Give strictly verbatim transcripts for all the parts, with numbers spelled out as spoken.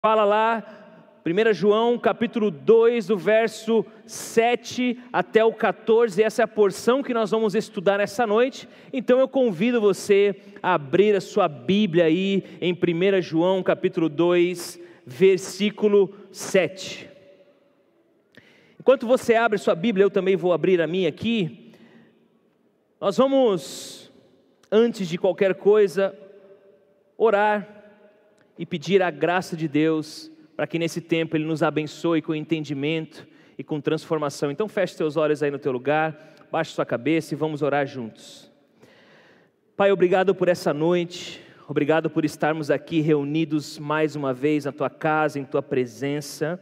Fala lá, primeiro João capítulo dois, do verso sete até o quatorze, essa é a porção que nós vamos estudar nessa noite. Então eu convido você a abrir a sua Bíblia aí em primeiro João capítulo dois, versículo sete. Enquanto você abre sua Bíblia, eu também vou abrir a minha aqui. Nós vamos, antes de qualquer coisa, orar e pedir a graça de Deus para que nesse tempo Ele nos abençoe com entendimento e com transformação. Então feche seus olhos aí no teu lugar, baixe sua cabeça e vamos orar juntos. Pai, obrigado por essa noite, obrigado por estarmos aqui reunidos mais uma vez na Tua casa, em Tua presença.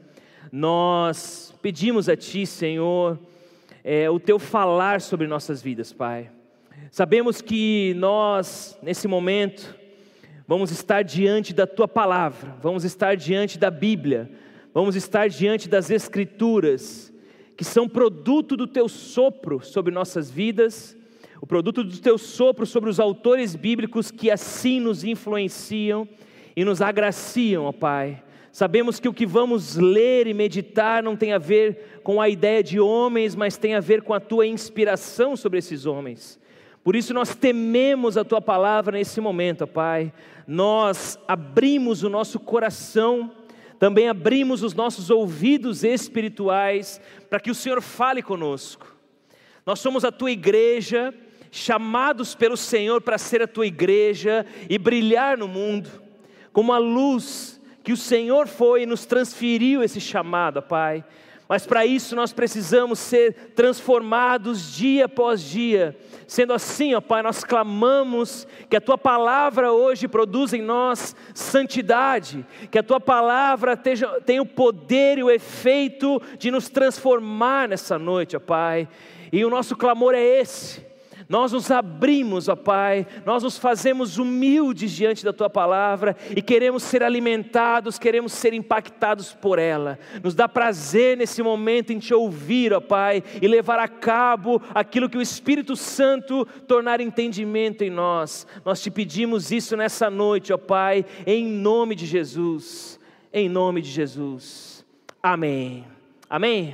Nós pedimos a Ti, Senhor, é, o Teu falar sobre nossas vidas, Pai. Sabemos que nós, nesse momento, vamos estar diante da Tua Palavra, vamos estar diante da Bíblia, vamos estar diante das Escrituras, que são produto do Teu sopro sobre nossas vidas, o produto do Teu sopro sobre os autores bíblicos que assim nos influenciam e nos agraciam, ó Pai. Sabemos que o que vamos ler e meditar não tem a ver com a ideia de homens, mas tem a ver com a Tua inspiração sobre esses homens. Por isso nós tememos a Tua Palavra nesse momento, ó Pai. Nós abrimos o nosso coração, também abrimos os nossos ouvidos espirituais, para que o Senhor fale conosco. Nós somos a Tua igreja, chamados pelo Senhor para ser a Tua igreja e brilhar no mundo, como a luz que o Senhor foi e nos transferiu esse chamado, ó Pai. Mas para isso nós precisamos ser transformados dia após dia. Sendo assim, ó Pai, nós clamamos que a Tua Palavra hoje produza em nós santidade, que a Tua Palavra tenha, tenha o poder e o efeito de nos transformar nessa noite, ó Pai. E o nosso clamor é esse. Nós nos abrimos, ó Pai, nós nos fazemos humildes diante da Tua Palavra e queremos ser alimentados, queremos ser impactados por ela. Nos dá prazer nesse momento em Te ouvir, ó Pai, e levar a cabo aquilo que o Espírito Santo tornar entendimento em nós. Nós Te pedimos isso nessa noite, ó Pai, em nome de Jesus, em nome de Jesus. Amém. Amém?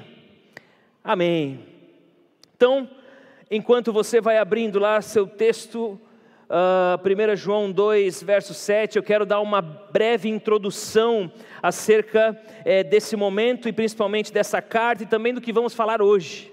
Amém. Então, enquanto você vai abrindo lá seu texto, uh, primeiro João dois, verso sete, eu quero dar uma breve introdução acerca eh, desse momento e principalmente dessa carta e também do que vamos falar hoje.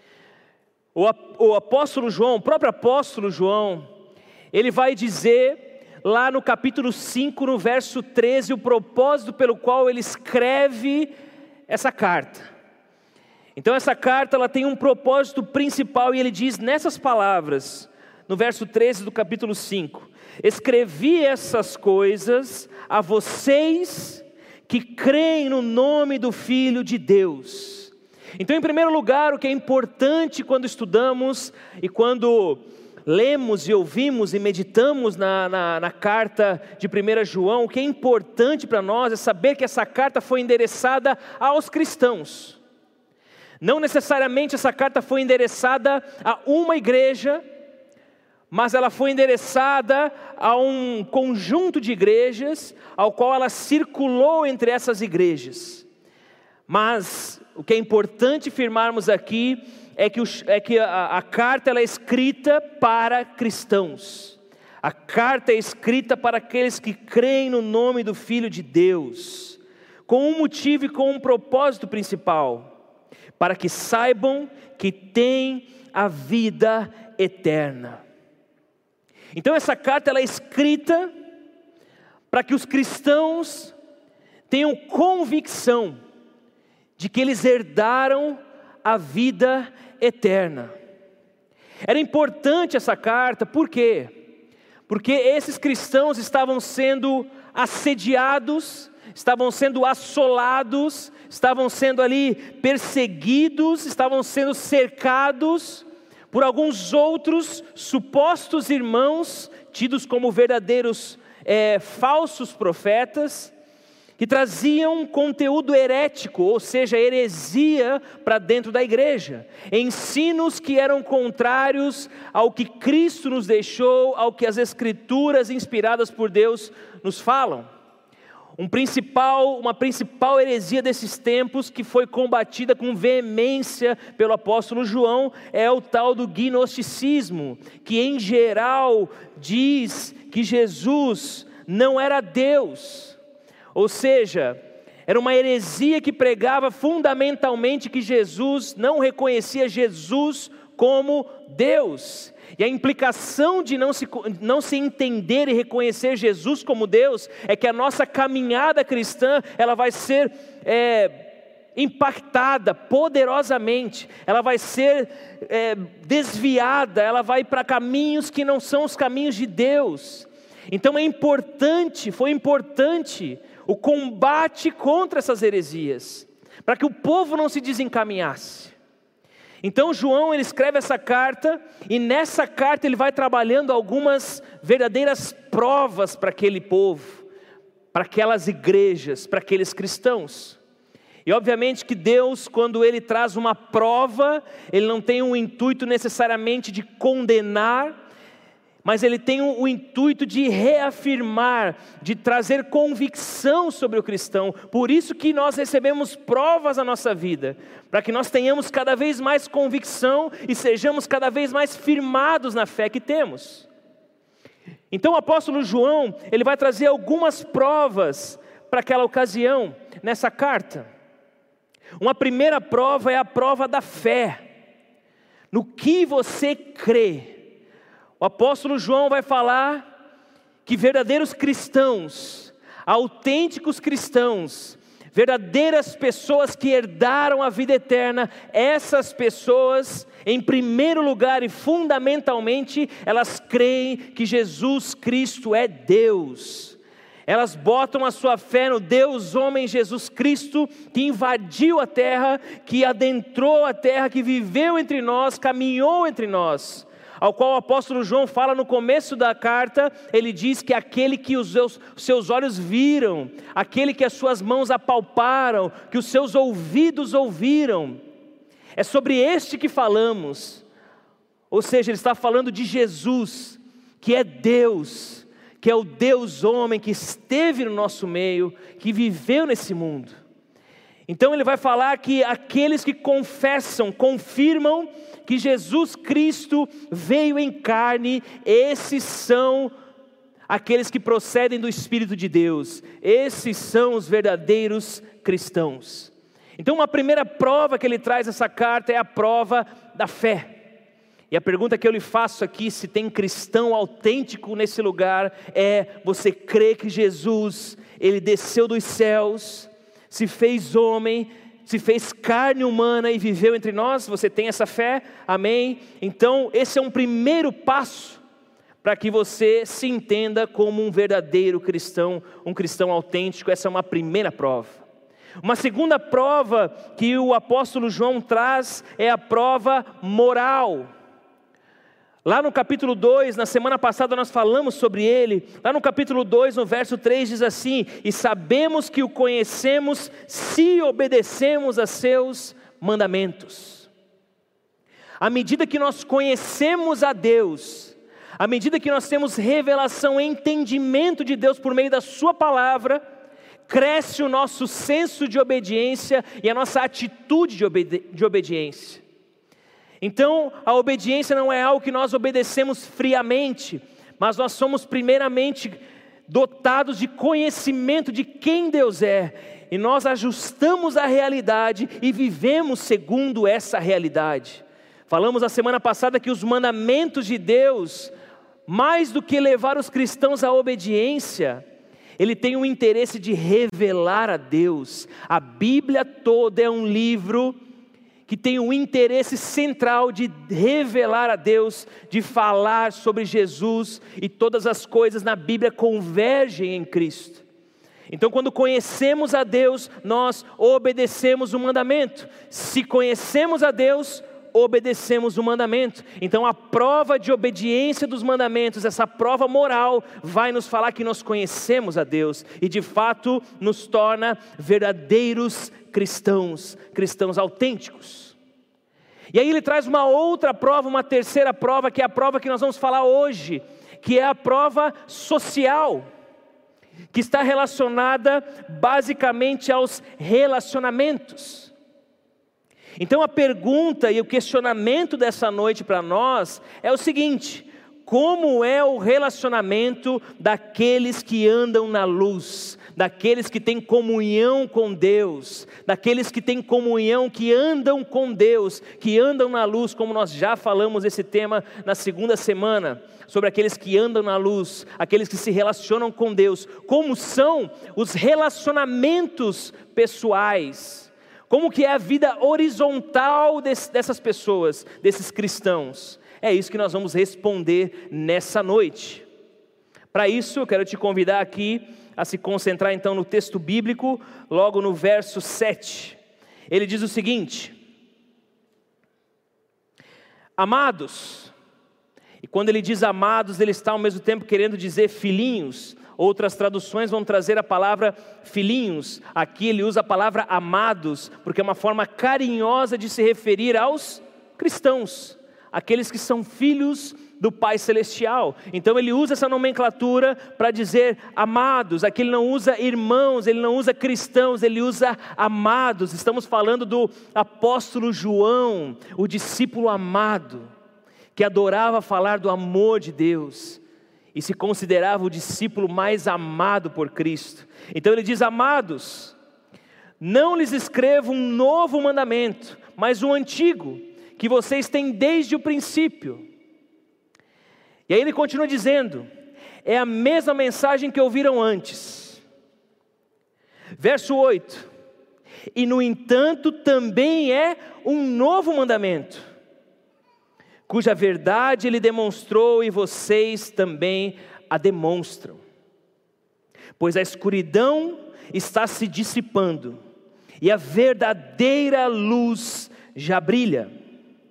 O, o apóstolo João, o próprio apóstolo João, ele vai dizer lá no capítulo cinco, no verso treze, o propósito pelo qual ele escreve essa carta. Então essa carta ela tem um propósito principal e ele diz nessas palavras, no verso treze do capítulo cinco: escrevi essas coisas a vocês que creem no nome do Filho de Deus. Então, em primeiro lugar, o que é importante quando estudamos e quando lemos e ouvimos e meditamos na, na, na carta de primeiro João, o que é importante para nós é saber que essa carta foi endereçada aos cristãos. Não necessariamente essa carta foi endereçada a uma igreja, mas ela foi endereçada a um conjunto de igrejas, ao qual ela circulou entre essas igrejas. Mas o que é importante firmarmos aqui é que, o, é que a, a carta ela é escrita para cristãos. A carta é escrita para aqueles que creem no nome do Filho de Deus, com um motivo e com um propósito principal: para que saibam que têm a vida eterna. Então essa carta ela é escrita para que os cristãos tenham convicção de que eles herdaram a vida eterna. Era importante essa carta, por quê? Porque esses cristãos estavam sendo assediados, estavam sendo assolados, estavam sendo ali perseguidos, estavam sendo cercados por alguns outros supostos irmãos, tidos como verdadeiros é, falsos profetas, que traziam conteúdo herético, ou seja, heresia para dentro da igreja, ensinos que eram contrários ao que Cristo nos deixou, ao que as Escrituras inspiradas por Deus nos falam. Um principal, uma principal heresia desses tempos que foi combatida com veemência pelo apóstolo João é o tal do gnosticismo, que em geral diz que Jesus não era Deus. Ou seja, era uma heresia que pregava fundamentalmente que Jesus não reconhecia Jesus como Deus. E a implicação de não se, não se entender e reconhecer Jesus como Deus é que a nossa caminhada cristã ela vai ser é, impactada poderosamente, ela vai ser é, desviada, ela vai para caminhos que não são os caminhos de Deus. Então é importante, foi importante o combate contra essas heresias, para que o povo não se desencaminhasse. Então João ele escreve essa carta, e nessa carta ele vai trabalhando algumas verdadeiras provas para aquele povo, para aquelas igrejas, para aqueles cristãos. E obviamente que Deus, quando Ele traz uma prova, Ele não tem um intuito necessariamente de condenar, mas Ele tem o, o intuito de reafirmar, de trazer convicção sobre o cristão. Por isso que nós recebemos provas na nossa vida, para que nós tenhamos cada vez mais convicção e sejamos cada vez mais firmados na fé que temos. Então o apóstolo João, ele vai trazer algumas provas para aquela ocasião, nessa carta. Uma primeira prova é a prova da fé, no que você crê. O apóstolo João vai falar que verdadeiros cristãos, autênticos cristãos, verdadeiras pessoas que herdaram a vida eterna, essas pessoas, em primeiro lugar e fundamentalmente, elas creem que Jesus Cristo é Deus. Elas botam a sua fé no Deus homem Jesus Cristo, que invadiu a terra, que adentrou a terra, que viveu entre nós, caminhou entre nós. Ao qual o apóstolo João fala no começo da carta, ele diz que aquele que os seus, seus olhos viram, aquele que as suas mãos apalparam, que os seus ouvidos ouviram, é sobre este que falamos. Ou seja, ele está falando de Jesus, que é Deus, que é o Deus homem, que esteve no nosso meio, que viveu nesse mundo. Então ele vai falar que aqueles que confessam, confirmam que Jesus Cristo veio em carne, esses são aqueles que procedem do Espírito de Deus, esses são os verdadeiros cristãos. Então uma primeira prova que ele traz nessa carta é a prova da fé. E a pergunta que eu lhe faço aqui, se tem cristão autêntico nesse lugar, é: você crê que Jesus, ele desceu dos céus, se fez homem, se fez carne humana e viveu entre nós? Você tem essa fé? Amém? Então esse é um primeiro passo para que você se entenda como um verdadeiro cristão, um cristão autêntico. Essa é uma primeira prova. Uma segunda prova que o apóstolo João traz é a prova moral. Lá no capítulo dois, na semana passada nós falamos sobre ele. Lá no capítulo dois, no verso três, diz assim: e sabemos que o conhecemos se obedecemos a seus mandamentos. À medida que nós conhecemos a Deus, à medida que nós temos revelação e entendimento de Deus por meio da sua palavra, cresce o nosso senso de obediência e a nossa atitude de, obedi- de obediência. Então, a obediência não é algo que nós obedecemos friamente, mas nós somos primeiramente dotados de conhecimento de quem Deus é, e nós ajustamos a realidade e vivemos segundo essa realidade. Falamos na semana passada que os mandamentos de Deus, mais do que levar os cristãos à obediência, ele tem o interesse de revelar a Deus. A Bíblia toda é um livro que tem um interesse central de revelar a Deus, de falar sobre Jesus, e todas as coisas na Bíblia convergem em Cristo. Então quando conhecemos a Deus, nós obedecemos o mandamento. Se conhecemos a Deus, obedecemos o mandamento. Então a prova de obediência dos mandamentos, essa prova moral, vai nos falar que nós conhecemos a Deus, e de fato nos torna verdadeiros cristãos, cristãos autênticos. E aí ele traz uma outra prova, uma terceira prova, que é a prova que nós vamos falar hoje, que é a prova social. que está relacionada basicamente aos relacionamentos. Então a pergunta e o questionamento dessa noite para nós é o seguinte: como é o relacionamento daqueles que andam na luz, daqueles que têm comunhão com Deus, daqueles que têm comunhão, que andam com Deus, que andam na luz, como nós já falamos esse tema na segunda semana, sobre aqueles que andam na luz, aqueles que se relacionam com Deus, como são os relacionamentos pessoais, como que é a vida horizontal desse, dessas pessoas, desses cristãos. É isso que nós vamos responder nessa noite. Para isso, eu quero te convidar aqui a se concentrar então no texto bíblico, logo no verso sete. Ele diz o seguinte: amados, e quando ele diz amados, ele está ao mesmo tempo querendo dizer filhinhos. Outras traduções vão trazer a palavra filhinhos. Aqui ele usa a palavra amados, porque é uma forma carinhosa de se referir aos cristãos, aqueles que são filhos do Pai Celestial. Então ele usa essa nomenclatura para dizer amados. Aqui ele não usa irmãos, ele não usa cristãos, ele usa amados. Estamos falando do apóstolo João, o discípulo amado, que adorava falar do amor de Deus e se considerava o discípulo mais amado por Cristo. Então ele diz: amados, não lhes escrevo um novo mandamento, mas um antigo, que vocês têm desde o princípio. E aí ele continua dizendo: é a mesma mensagem que ouviram antes. Verso oito: e no entanto também é um novo mandamento, cuja verdade ele demonstrou e vocês também a demonstram. Pois a escuridão está se dissipando e a verdadeira luz já brilha.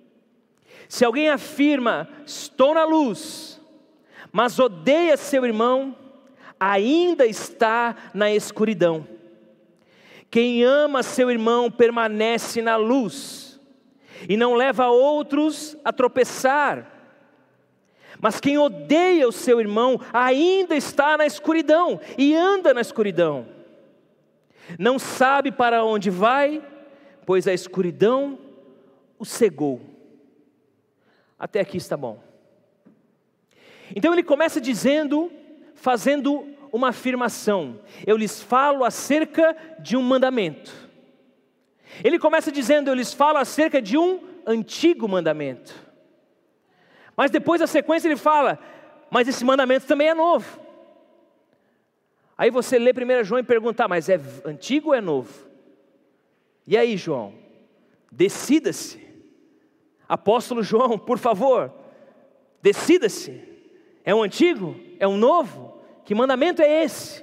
Se alguém afirma: estou na luz, mas odeia seu irmão, ainda está na escuridão. Quem ama seu irmão permanece na luz, e não leva outros a tropeçar. Mas quem odeia o seu irmão, ainda está na escuridão, e anda na escuridão. Não sabe para onde vai, pois a escuridão o cegou. Até aqui está bom. Então ele começa dizendo, fazendo uma afirmação: eu lhes falo acerca de um mandamento. Ele começa dizendo: eu lhes falo acerca de um antigo mandamento. Mas depois, a sequência, ele fala: mas esse mandamento também é novo. Aí você lê primeiro João e pergunta: ah, mas é antigo ou é novo? E aí, João? Decida-se. Apóstolo João, por favor, decida-se. É um antigo? É um novo? Que mandamento é esse?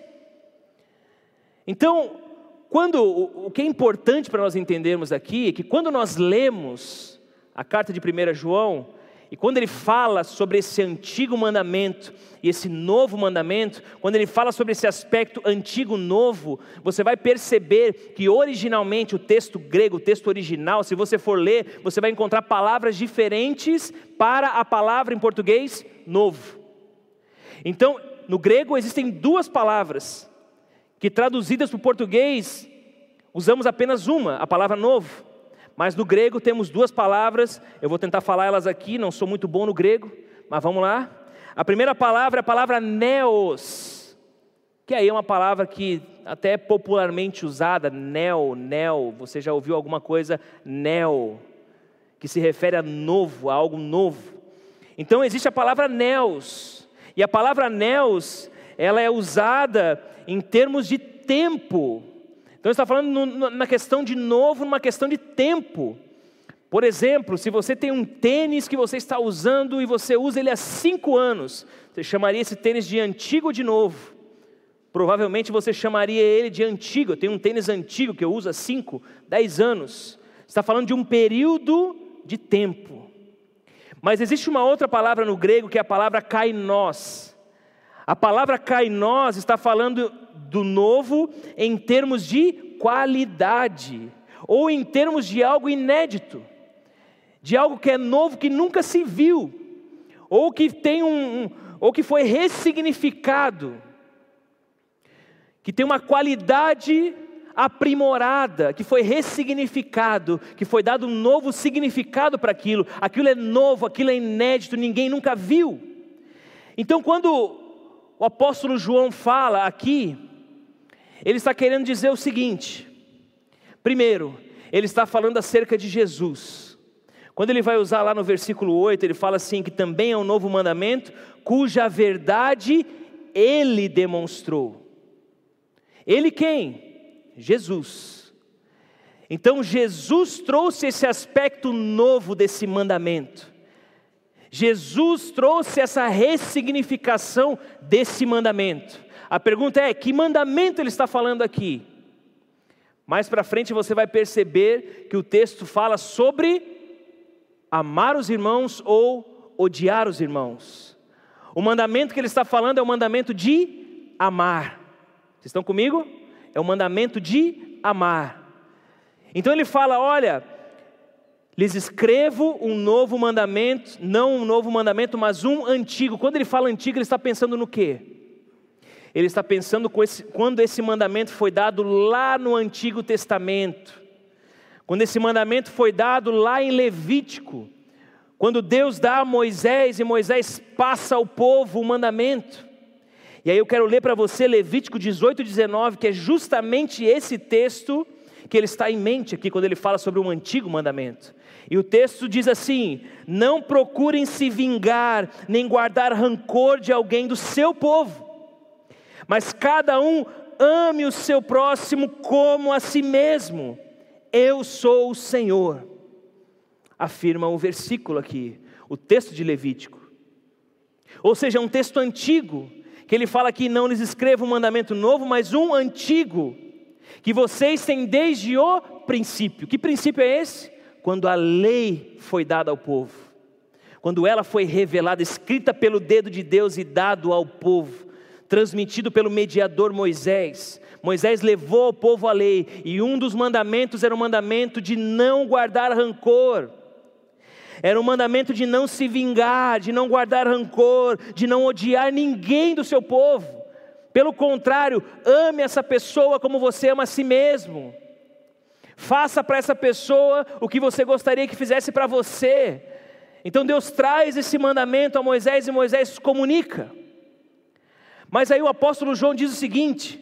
Então, quando, o, o que é importante para nós entendermos aqui é que quando nós lemos a carta de primeira João, e quando ele fala sobre esse antigo mandamento e esse novo mandamento, quando ele fala sobre esse aspecto antigo-novo, você vai perceber que originalmente o texto grego, o texto original, se você for ler, você vai encontrar palavras diferentes para a palavra em português novo. Então, no grego existem duas palavras, que traduzidas para o português, usamos apenas uma, a palavra novo. Mas no grego temos duas palavras, eu vou tentar falar elas aqui, não sou muito bom no grego, mas vamos lá. A primeira palavra é a palavra neos, que aí é uma palavra que até é popularmente usada, neo, neo, você já ouviu alguma coisa, neo, que se refere a novo, a algo novo. Então existe a palavra neos, e a palavra neos, ela é usada em termos de tempo. Então está falando no, na questão de novo, numa questão de tempo. Por exemplo, se você tem um tênis que você está usando e você usa ele há cinco anos, você chamaria esse tênis de antigo ou de novo? Provavelmente você chamaria ele de antigo. Eu tenho um tênis antigo que eu uso há cinco, dez anos. Está falando de um período de tempo. Mas existe uma outra palavra no grego que é a palavra kainos. A palavra kainos está falando do novo em termos de qualidade, ou em termos de algo inédito, de algo que é novo, que nunca se viu, ou que tem um, um ou que foi ressignificado. que tem uma qualidade aprimorada, que foi ressignificado, que foi dado um novo significado para aquilo. Aquilo é novo, aquilo é inédito, ninguém nunca viu. Então quando o apóstolo João fala aqui, ele está querendo dizer o seguinte: primeiro, ele está falando acerca de Jesus. Quando ele vai usar lá no versículo oito, ele fala assim, que também é um novo mandamento, cuja verdade ele demonstrou. Ele quem? Jesus. Então Jesus trouxe esse aspecto novo desse mandamento. Jesus trouxe essa ressignificação desse mandamento. A pergunta é, que mandamento ele está falando aqui? Mais para frente você vai perceber que o texto fala sobre amar os irmãos ou odiar os irmãos. O mandamento que ele está falando é o mandamento de amar. Vocês estão comigo? É o mandamento de amar. Então ele fala, olha, lhes escrevo um novo mandamento, não um novo mandamento, mas um antigo. Quando ele fala antigo, ele está pensando no quê? Ele está pensando com esse, quando esse mandamento foi dado lá no Antigo Testamento. Quando esse mandamento foi dado lá em Levítico. Quando Deus dá a Moisés e Moisés passa ao povo o mandamento. E aí eu quero ler para você Levítico dezoito, dezenove, que é justamente esse texto que ele está em mente aqui, quando ele fala sobre um antigo mandamento. E o texto diz assim: não procurem se vingar, nem guardar rancor de alguém do seu povo, mas cada um ame o seu próximo como a si mesmo. Eu sou o Senhor. Afirma o versículo aqui, o texto de Levítico. Ou seja, um texto antigo, que ele fala que não lhes escreva um mandamento novo, mas um antigo, que vocês têm desde o princípio. Que princípio é esse? Quando a lei foi dada ao povo, quando ela foi revelada, escrita pelo dedo de Deus e dado ao povo, transmitido pelo mediador Moisés. Moisés levou ao povo a lei, e um dos mandamentos era o mandamento de não guardar rancor. Era um mandamento de não se vingar, de não guardar rancor, de não odiar ninguém do seu povo. Pelo contrário, ame essa pessoa como você ama a si mesmo. Faça para essa pessoa o que você gostaria que fizesse para você. Então Deus traz esse mandamento a Moisés e Moisés comunica. Mas aí o apóstolo João diz o seguinte: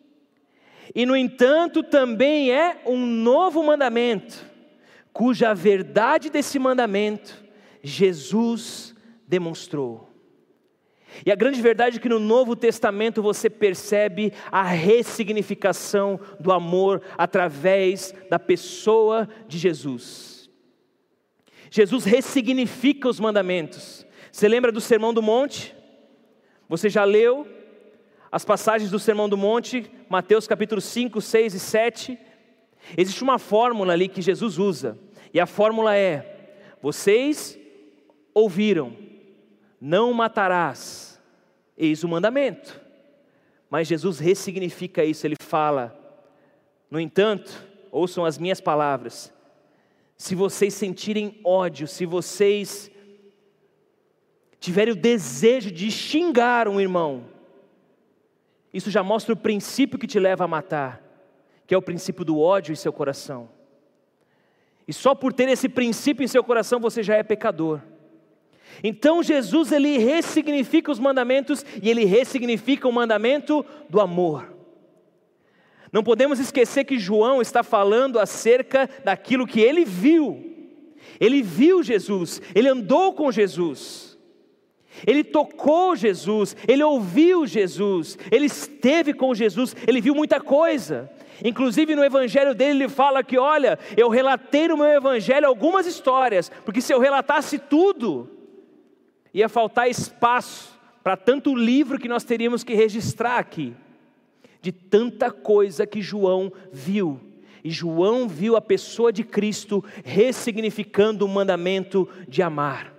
e no entanto também é um novo mandamento, cuja verdade desse mandamento Jesus demonstrou. E a grande verdade é que no Novo Testamento você percebe a ressignificação do amor através da pessoa de Jesus. Jesus ressignifica os mandamentos. Você lembra do Sermão do Monte? Você já leu as passagens do Sermão do Monte, Mateus capítulo cinco, seis e sete. Existe uma fórmula ali que Jesus usa, e a fórmula é: vocês ouviram, não matarás, eis o mandamento. Mas Jesus ressignifica isso, ele fala: no entanto, ouçam as minhas palavras, se vocês sentirem ódio, se vocês tiverem o desejo de xingar um irmão, isso já mostra o princípio que te leva a matar, que é o princípio do ódio em seu coração. E só por ter esse princípio em seu coração você já é pecador. Então Jesus, ele ressignifica os mandamentos, e ele ressignifica o mandamento do amor. Não podemos esquecer que João está falando acerca daquilo que ele viu. Ele viu Jesus, ele andou com Jesus, ele tocou Jesus, ele ouviu Jesus, ele esteve com Jesus, ele viu muita coisa. Inclusive no evangelho dele ele fala que, olha, eu relatei no meu evangelho algumas histórias, porque se eu relatasse tudo, ia faltar espaço para tanto livro que nós teríamos que registrar aqui, de tanta coisa que João viu. E João viu a pessoa de Cristo ressignificando o mandamento de amar.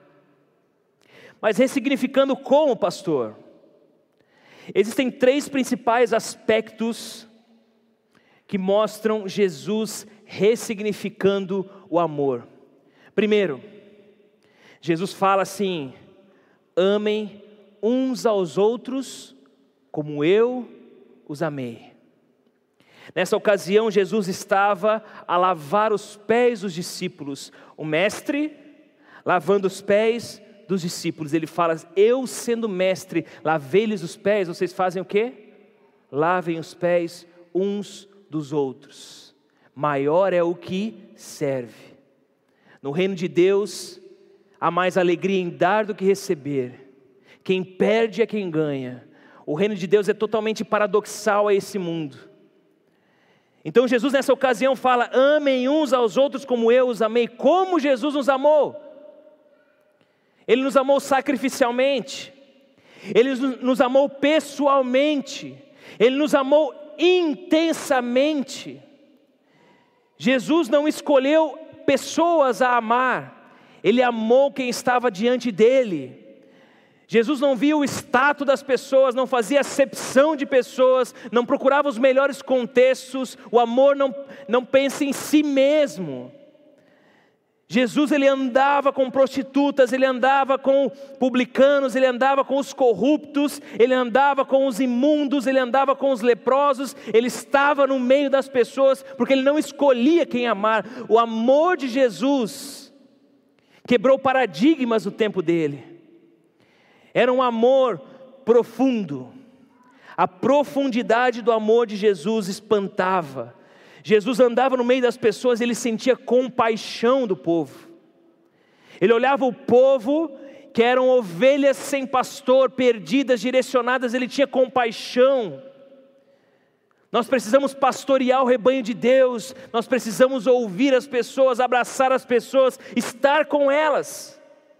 Mas ressignificando como, pastor? Existem três principais aspectos que mostram Jesus ressignificando o amor. Primeiro, Jesus fala assim: amem uns aos outros como eu os amei. Nessa ocasião, Jesus estava a lavar os pés dos discípulos. O mestre lavando os pés dos discípulos. Ele fala: eu sendo mestre, lavei-lhes os pés. Vocês fazem o quê? Lavem os pés uns dos outros. Maior é o que serve. No reino de Deus, há mais alegria em dar do que receber. Quem perde é quem ganha. O reino de Deus é totalmente paradoxal a esse mundo. Então Jesus nessa ocasião fala: amem uns aos outros como eu os amei. Como Jesus nos amou? Ele nos amou sacrificialmente. Ele nos amou pessoalmente. Ele nos amou intensamente. Jesus não escolheu pessoas a amar. Ele amou quem estava diante dele. Jesus não via o status das pessoas, não fazia acepção de pessoas, não procurava os melhores contextos. O amor não, não pensa em si mesmo. Jesus, ele andava com prostitutas, ele andava com publicanos, ele andava com os corruptos, ele andava com os imundos, ele andava com os leprosos. Ele estava no meio das pessoas, porque ele não escolhia quem amar. O amor de Jesus quebrou paradigmas no tempo dele. Era um amor profundo. A profundidade do amor de Jesus espantava. Jesus andava no meio das pessoas, ele sentia compaixão do povo. Ele olhava o povo, que eram ovelhas sem pastor, perdidas, direcionadas, ele tinha compaixão. Nós precisamos pastorear o rebanho de Deus, nós precisamos ouvir as pessoas, abraçar as pessoas, estar com elas.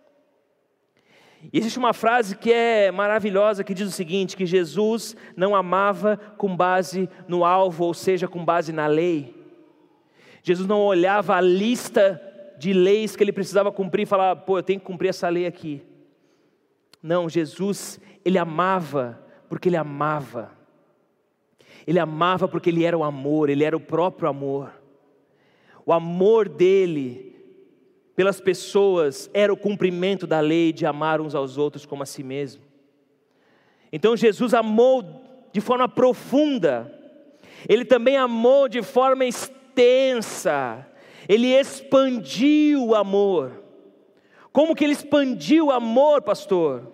E existe uma frase que é maravilhosa, que diz o seguinte: que Jesus não amava com base no alvo, ou seja, com base na lei. Jesus não olhava a lista de leis que ele precisava cumprir e falava: pô, eu tenho que cumprir essa lei aqui. Não, Jesus, ele amava porque ele amava. Ele amava porque ele era o amor, ele era o próprio amor. O amor dele pelas pessoas era o cumprimento da lei de amar uns aos outros como a si mesmo. Então Jesus amou de forma profunda. Ele também amou de forma extensa. Ele expandiu o amor. Como que ele expandiu o amor, pastor?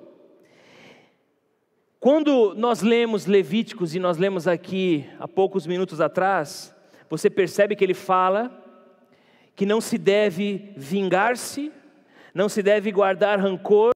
Quando nós lemos Levíticos, e nós lemos aqui há poucos minutos atrás, você percebe que ele fala que não se deve vingar-se, não se deve guardar rancor.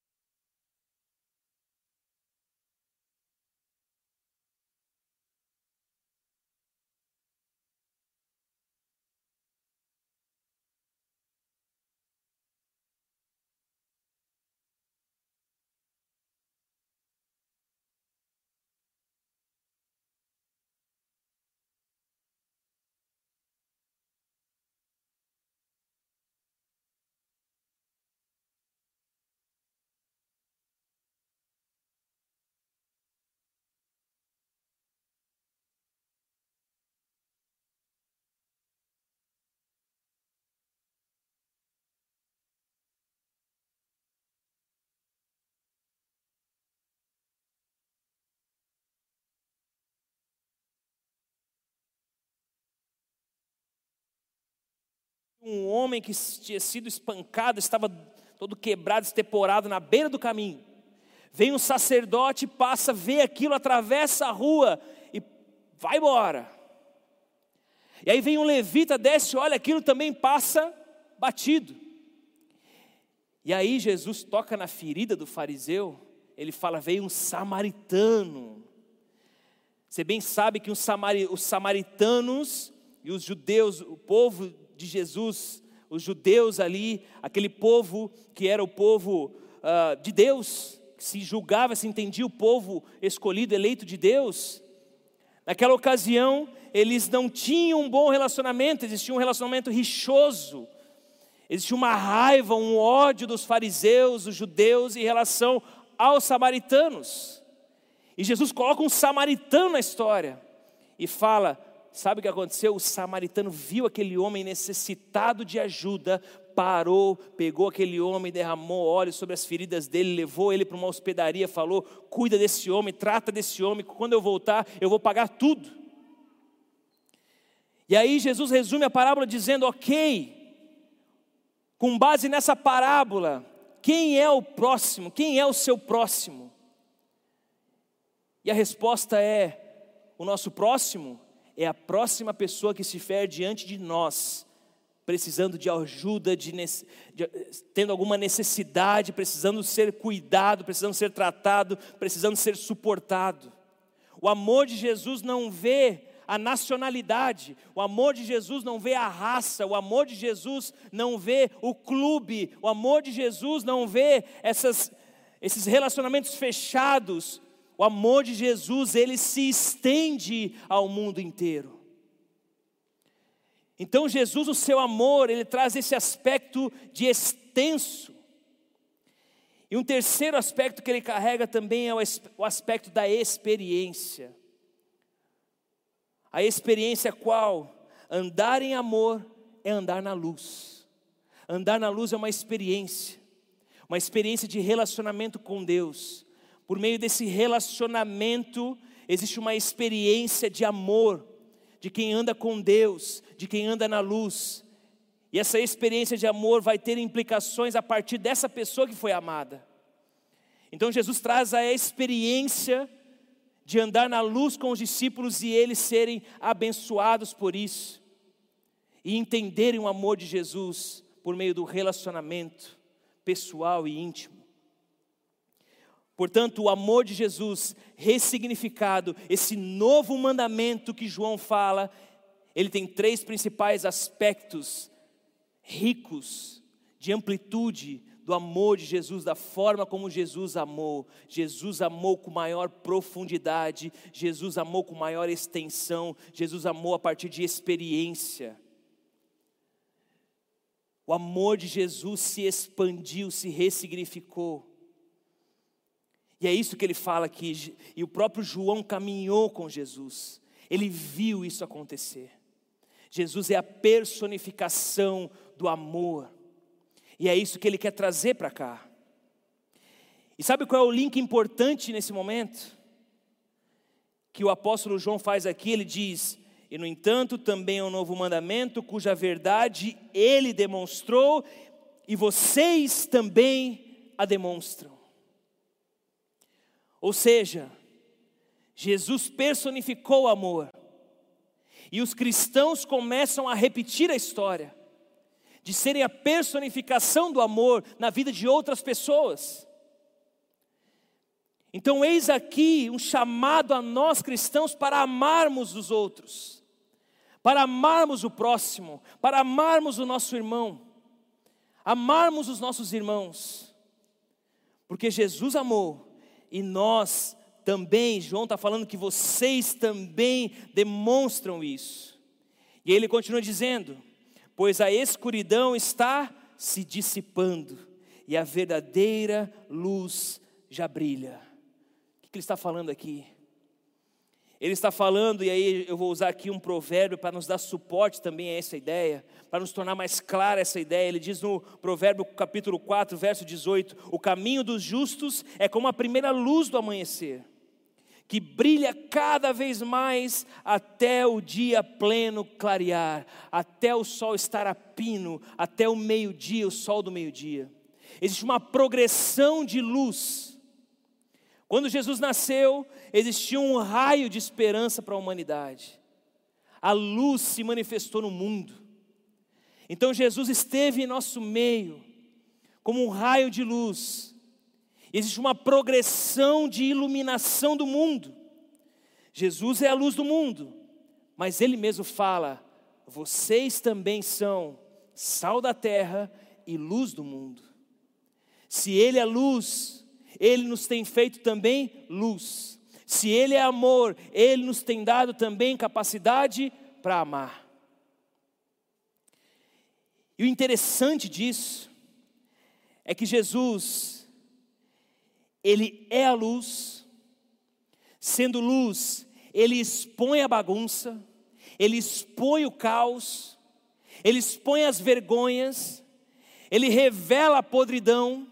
Um homem que tinha sido espancado, estava todo quebrado, esteporado na beira do caminho. Vem um sacerdote, passa, vê aquilo, atravessa a rua e vai embora. E aí vem um levita, desce, olha aquilo, também passa batido. E aí Jesus toca na ferida do fariseu, ele fala: veio um samaritano. Você bem sabe que os samaritanos e os judeus, o povo de Jesus, os judeus ali, aquele povo que era o povo uh, de Deus, que se julgava, se entendia o povo escolhido, eleito de Deus. Naquela ocasião, eles não tinham um bom relacionamento, existia um relacionamento rixoso, existia uma raiva, um ódio dos fariseus, dos judeus em relação aos samaritanos. E Jesus coloca um samaritano na história e fala: sabe o que aconteceu? O samaritano viu aquele homem necessitado de ajuda, parou, pegou aquele homem, derramou óleo sobre as feridas dele, levou ele para uma hospedaria, falou: cuida desse homem, trata desse homem, quando eu voltar eu vou pagar tudo. E aí Jesus resume a parábola dizendo, ok, com base nessa parábola, quem é o próximo? Quem é o seu próximo? E a resposta é, o nosso próximo é a próxima pessoa que se fere diante de nós, precisando de ajuda, de, de, tendo alguma necessidade, precisando ser cuidado, precisando ser tratado, precisando ser suportado. O amor de Jesus não vê a nacionalidade, o amor de Jesus não vê a raça, o amor de Jesus não vê o clube, o amor de Jesus não vê essas, esses relacionamentos fechados. O amor de Jesus, ele se estende ao mundo inteiro. Então Jesus, o seu amor, ele traz esse aspecto de extenso. E um terceiro aspecto que ele carrega também é o aspecto da experiência. A experiência qual? Andar em amor é andar na luz. Andar na luz é uma experiência, uma experiência de relacionamento com Deus. Por meio desse relacionamento, existe uma experiência de amor, de quem anda com Deus, de quem anda na luz. E essa experiência de amor vai ter implicações a partir dessa pessoa que foi amada. Então Jesus traz a experiência de andar na luz com os discípulos e eles serem abençoados por isso. E entenderem o amor de Jesus por meio do relacionamento pessoal e íntimo. Portanto, o amor de Jesus ressignificado, esse novo mandamento que João fala, ele tem três principais aspectos ricos de amplitude do amor de Jesus, da forma como Jesus amou. Jesus amou com maior profundidade, Jesus amou com maior extensão, Jesus amou a partir de experiência. O amor de Jesus se expandiu, se ressignificou. E é isso que ele fala aqui, e o próprio João caminhou com Jesus, ele viu isso acontecer. Jesus é a personificação do amor, e é isso que ele quer trazer para cá. E sabe qual é o link importante nesse momento? Que o apóstolo João faz aqui, ele diz, e no entanto também é um novo mandamento, cuja verdade ele demonstrou, e vocês também a demonstram. Ou seja, Jesus personificou o amor. E os cristãos começam a repetir a história de serem a personificação do amor na vida de outras pessoas. Então eis aqui um chamado a nós cristãos para amarmos os outros, para amarmos o próximo, para amarmos o nosso irmão, amarmos os nossos irmãos, porque Jesus amou. E nós também, João está falando que vocês também demonstram isso. E ele continua dizendo, pois a escuridão está se dissipando, e a verdadeira luz já brilha. O que ele está falando aqui? Ele está falando, e aí eu vou usar aqui um provérbio para nos dar suporte também a essa ideia, para nos tornar mais clara essa ideia. Ele diz no provérbio capítulo quatro, verso dezoito, o caminho dos justos é como a primeira luz do amanhecer, que brilha cada vez mais até o dia pleno clarear, até o sol estar a pino, até o meio-dia, o sol do meio-dia. Existe uma progressão de luz. Quando Jesus nasceu, existia um raio de esperança para a humanidade. A luz se manifestou no mundo. Então Jesus esteve em nosso meio, como um raio de luz. Existe uma progressão de iluminação do mundo. Jesus é a luz do mundo, mas Ele mesmo fala, vocês também são sal da terra e luz do mundo. Se Ele é luz, Ele nos tem feito também luz. Se Ele é amor, Ele nos tem dado também capacidade para amar. E o interessante disso é que Jesus, Ele é a luz, sendo luz, Ele expõe a bagunça, Ele expõe o caos, Ele expõe as vergonhas, Ele revela a podridão.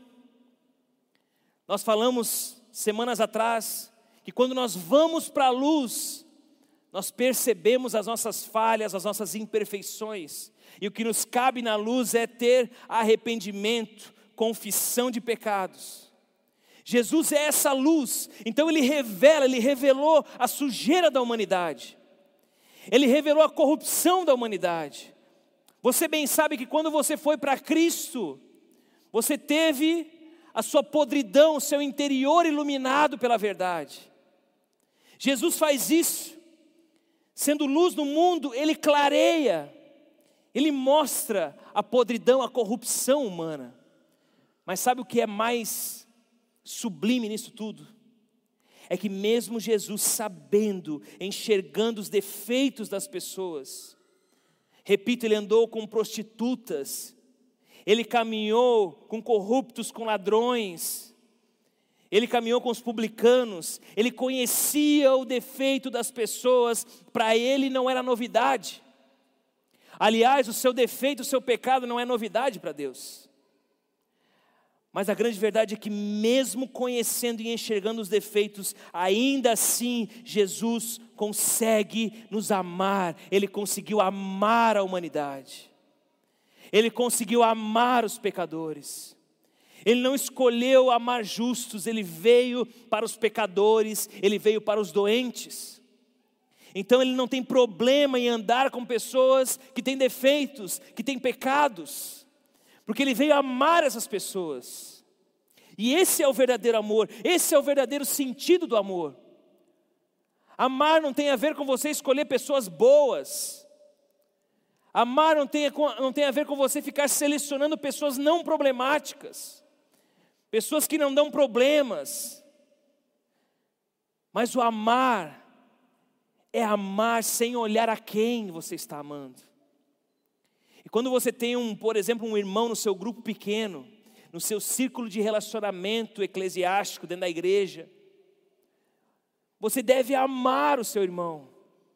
Nós falamos semanas atrás que quando nós vamos para a luz, nós percebemos as nossas falhas, as nossas imperfeições, e o que nos cabe na luz é ter arrependimento, confissão de pecados. Jesus é essa luz, então Ele revela, Ele revelou a sujeira da humanidade, Ele revelou a corrupção da humanidade. Você bem sabe que quando você foi para Cristo, você teve a sua podridão, o seu interior iluminado pela verdade. Jesus faz isso, sendo luz no mundo, Ele clareia, Ele mostra a podridão, a corrupção humana. Mas sabe o que é mais sublime nisso tudo? É que mesmo Jesus sabendo, enxergando os defeitos das pessoas, repito, Ele andou com prostitutas, Ele caminhou com corruptos, com ladrões, Ele caminhou com os publicanos, Ele conhecia o defeito das pessoas, para Ele não era novidade. Aliás, o seu defeito, o seu pecado não é novidade para Deus. Mas a grande verdade é que mesmo conhecendo e enxergando os defeitos, ainda assim Jesus consegue nos amar. Ele conseguiu amar a humanidade. Ele conseguiu amar os pecadores. Ele não escolheu amar justos, Ele veio para os pecadores, Ele veio para os doentes. Então Ele não tem problema em andar com pessoas que têm defeitos, que têm pecados, porque Ele veio amar essas pessoas. E esse é o verdadeiro amor, esse é o verdadeiro sentido do amor. Amar não tem a ver com você escolher pessoas boas. Amar não tem, não tem a ver com você ficar selecionando pessoas não problemáticas, pessoas que não dão problemas. Mas o amar é amar sem olhar a quem você está amando. E quando você tem, um, por exemplo, um irmão no seu grupo pequeno, no seu círculo de relacionamento eclesiástico dentro da igreja, você deve amar o seu irmão.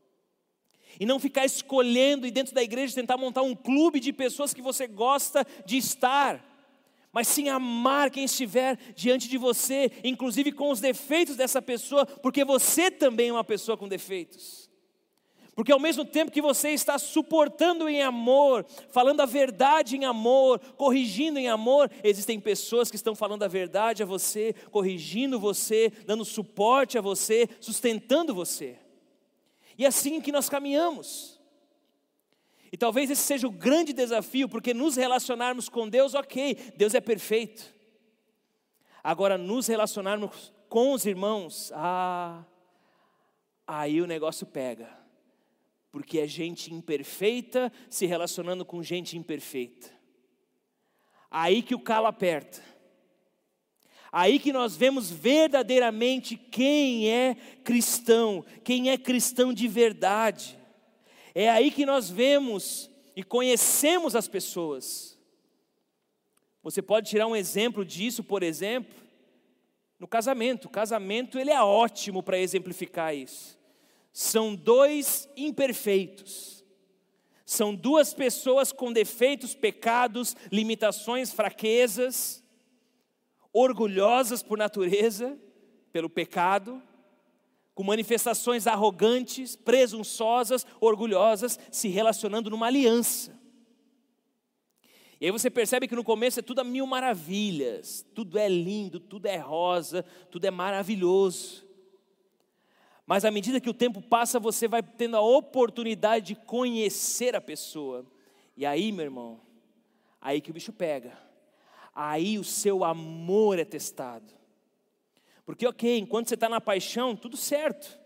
E não ficar escolhendo e dentro da igreja tentar montar um clube de pessoas que você gosta de estar. Mas sim amar quem estiver diante de você, inclusive com os defeitos dessa pessoa, porque você também é uma pessoa com defeitos. Porque ao mesmo tempo que você está suportando em amor, falando a verdade em amor, corrigindo em amor, existem pessoas que estão falando a verdade a você, corrigindo você, dando suporte a você, sustentando você. E é assim que nós caminhamos. E talvez esse seja o grande desafio, porque nos relacionarmos com Deus, ok, Deus é perfeito. Agora, nos relacionarmos com os irmãos, ah, aí o negócio pega. Porque é gente imperfeita se relacionando com gente imperfeita. Aí que o calo aperta. Aí que nós vemos verdadeiramente quem é cristão, quem é cristão de verdade. É aí que nós vemos e conhecemos as pessoas. Você pode tirar um exemplo disso, por exemplo, no casamento. O casamento ele é ótimo para exemplificar isso. São dois imperfeitos. São duas pessoas com defeitos, pecados, limitações, fraquezas, orgulhosas por natureza, pelo pecado, com manifestações arrogantes, presunçosas, orgulhosas, se relacionando numa aliança. E aí você percebe que no começo é tudo a mil maravilhas, tudo é lindo, tudo é rosa, tudo é maravilhoso. Mas à medida que o tempo passa, você vai tendo a oportunidade de conhecer a pessoa. E aí, meu irmão, aí que o bicho pega. Aí o seu amor é testado. Porque ok, enquanto você está na paixão, tudo certo.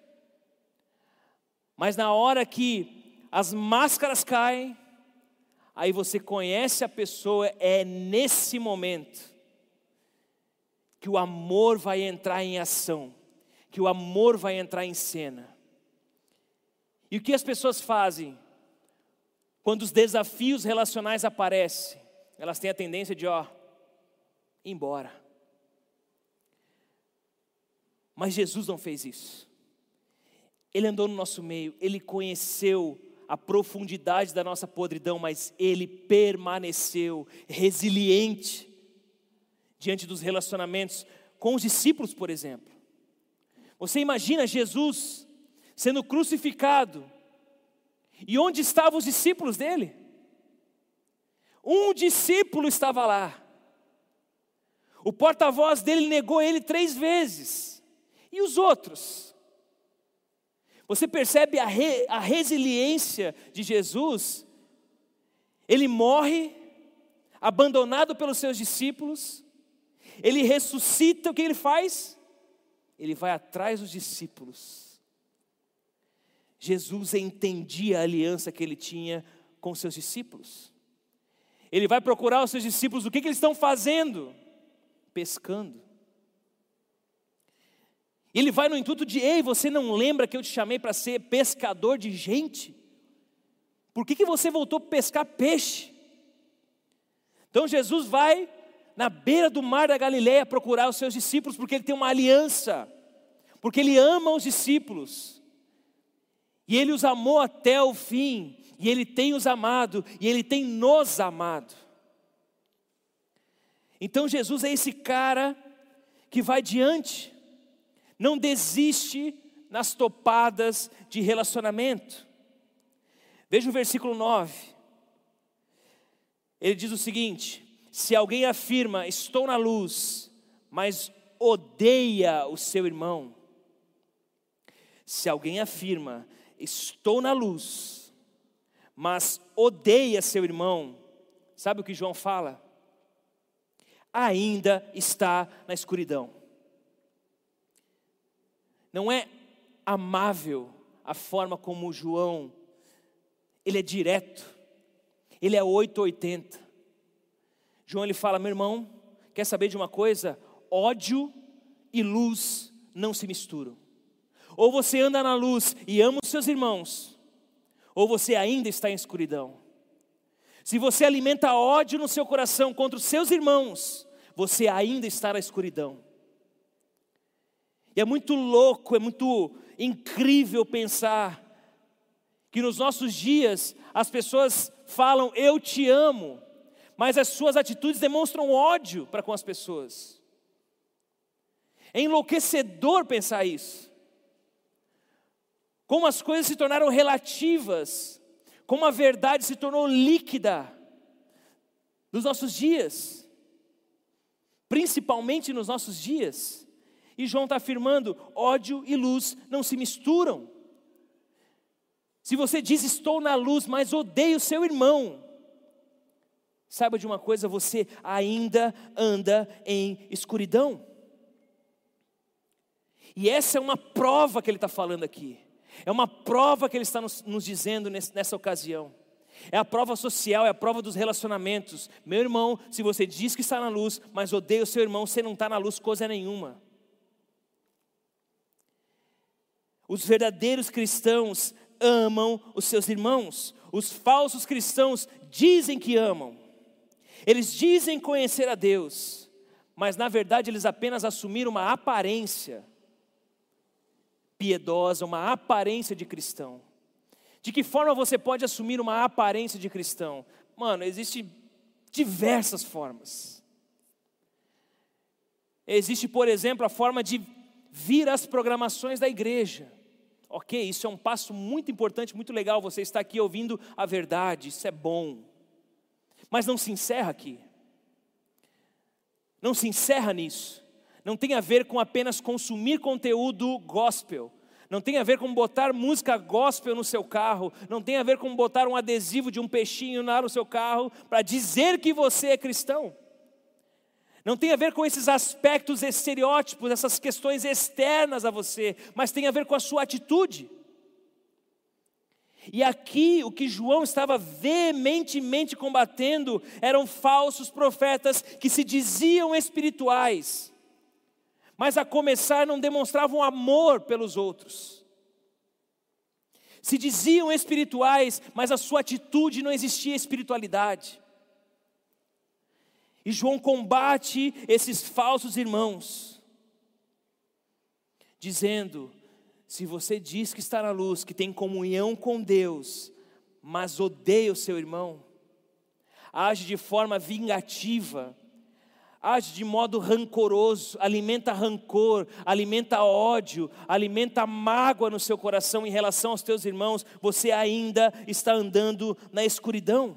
Mas na hora que as máscaras caem, aí você conhece a pessoa, é nesse momento que o amor vai entrar em ação. Que o amor vai entrar em cena. E o que as pessoas fazem? Quando os desafios relacionais aparecem, elas têm a tendência de, ó, ir embora. Mas Jesus não fez isso. Ele andou no nosso meio, Ele conheceu a profundidade da nossa podridão, mas Ele permaneceu resiliente diante dos relacionamentos com os discípulos, por exemplo. Você imagina Jesus sendo crucificado. E onde estavam os discípulos dele? Um discípulo estava lá. O porta-voz dele negou ele três vezes. E os outros? Você percebe a, re, a resiliência de Jesus? Ele morre, abandonado pelos seus discípulos. Ele ressuscita, o que ele faz? Ele vai atrás dos discípulos. Jesus entendia a aliança que ele tinha com seus discípulos. Ele vai procurar os seus discípulos, o que, que eles estão fazendo? Pescando. Ele vai no intuito de, ei, você não lembra que eu te chamei para ser pescador de gente? Por que, que você voltou a pescar peixe? Então Jesus vai na beira do mar da Galileia procurar os seus discípulos, porque ele tem uma aliança, porque ele ama os discípulos, e ele os amou até o fim, e ele tem os amado, e ele tem nos amado. Então Jesus é esse cara que vai diante, não desiste nas topadas de relacionamento. Veja o versículo nove, ele diz o seguinte: se alguém afirma, estou na luz, mas odeia o seu irmão. Se alguém afirma, estou na luz, mas odeia seu irmão, sabe o que João fala? Ainda está na escuridão. Não é amável a forma como João, ele é direto, ele é oito ou oitenta. João ele fala, meu irmão, quer saber de uma coisa? Ódio e luz não se misturam. Ou você anda na luz e ama os seus irmãos, ou você ainda está em escuridão. Se você alimenta ódio no seu coração contra os seus irmãos, você ainda está na escuridão. E é muito louco, é muito incrível pensar que nos nossos dias as pessoas falam, eu te amo, mas as suas atitudes demonstram ódio para com as pessoas. É enlouquecedor pensar isso. Como as coisas se tornaram relativas, como a verdade se tornou líquida nos nossos dias, principalmente nos nossos dias. E João está afirmando, ódio e luz não se misturam. Se você diz estou na luz, mas odeia o seu irmão, saiba de uma coisa, você ainda anda em escuridão. E essa é uma prova que ele está falando aqui. É uma prova que ele está nos, nos dizendo nesse, nessa ocasião. É a prova social, é a prova dos relacionamentos. Meu irmão, se você diz que está na luz, mas odeia o seu irmão, você não está na luz coisa nenhuma. Os verdadeiros cristãos amam os seus irmãos. Os falsos cristãos dizem que amam. Eles dizem conhecer a Deus, mas na verdade eles apenas assumiram uma aparência piedosa, uma aparência de cristão. De que forma você pode assumir uma aparência de cristão? Mano, existem diversas formas. Existe, por exemplo, a forma de vir às programações da igreja. Ok, isso é um passo muito importante, muito legal, você está aqui ouvindo a verdade, isso é bom. Mas não se encerra aqui. Não se encerra nisso. Não tem a ver com apenas consumir conteúdo gospel. Não tem a ver com botar música gospel no seu carro. Não tem a ver com botar um adesivo de um peixinho no seu carro para dizer que você é cristão. Não tem a ver com esses aspectos estereótipos, essas questões externas a você, mas tem a ver com a sua atitude. E aqui o que João estava veementemente combatendo eram falsos profetas que se diziam espirituais, mas a começar não demonstravam amor pelos outros. Se diziam espirituais, mas a sua atitude não existia espiritualidade. E João combate esses falsos irmãos, dizendo, se você diz que está na luz, que tem comunhão com Deus, mas odeia o seu irmão, age de forma vingativa, age de modo rancoroso, alimenta rancor, alimenta ódio, alimenta mágoa no seu coração em relação aos teus irmãos, você ainda está andando na escuridão.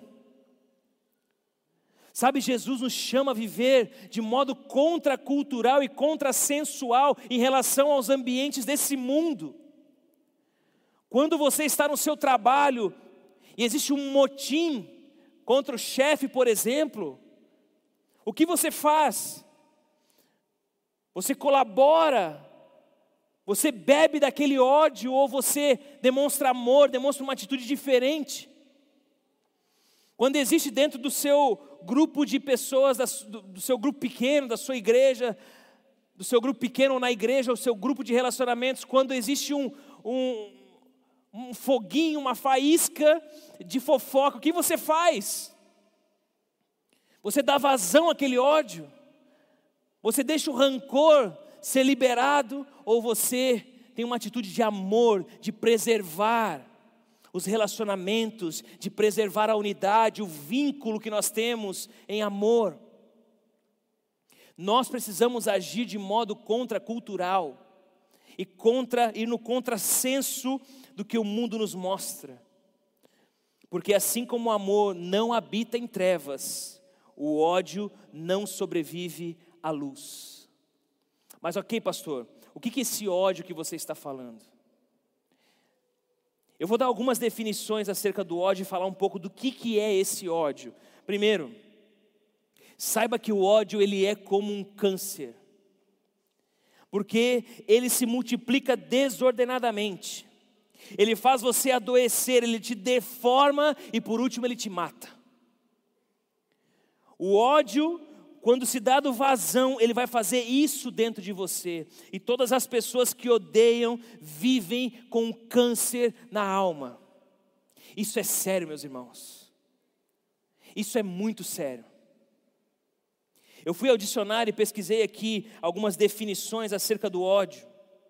Sabe, Jesus nos chama a viver de modo contracultural e contrassensual em relação aos ambientes desse mundo. Quando você está no seu trabalho e existe um motim contra o chefe, por exemplo, o que você faz? Você colabora? Você bebe daquele ódio ou você demonstra amor, demonstra uma atitude diferente? Quando existe dentro do seu grupo de pessoas, do seu grupo pequeno, da sua igreja, do seu grupo pequeno ou na igreja, o seu grupo de relacionamentos, quando existe um, um, um foguinho, uma faísca de fofoca, o que você faz? Você dá vazão àquele ódio? Você deixa o rancor ser liberado? Ou você tem uma atitude de amor, de preservar os relacionamentos, de preservar a unidade, o vínculo que nós temos em amor? Nós precisamos agir de modo contracultural e, contra, e no contrassenso do que o mundo nos mostra. Porque assim como o amor não habita em trevas, o ódio não sobrevive à luz. Mas ok, pastor, o que é esse ódio que você está falando? Eu vou dar algumas definições acerca do ódio e falar um pouco do que, que é esse ódio. Primeiro, saiba que o ódio ele é como um câncer, porque ele se multiplica desordenadamente, ele faz você adoecer, ele te deforma e por último ele te mata. O ódio, quando se dá do vazão, ele vai fazer isso dentro de você. E todas as pessoas que odeiam vivem com um câncer na alma. Isso é sério, meus irmãos. Isso é muito sério. Eu fui ao dicionário e pesquisei aqui algumas definições acerca do ódio.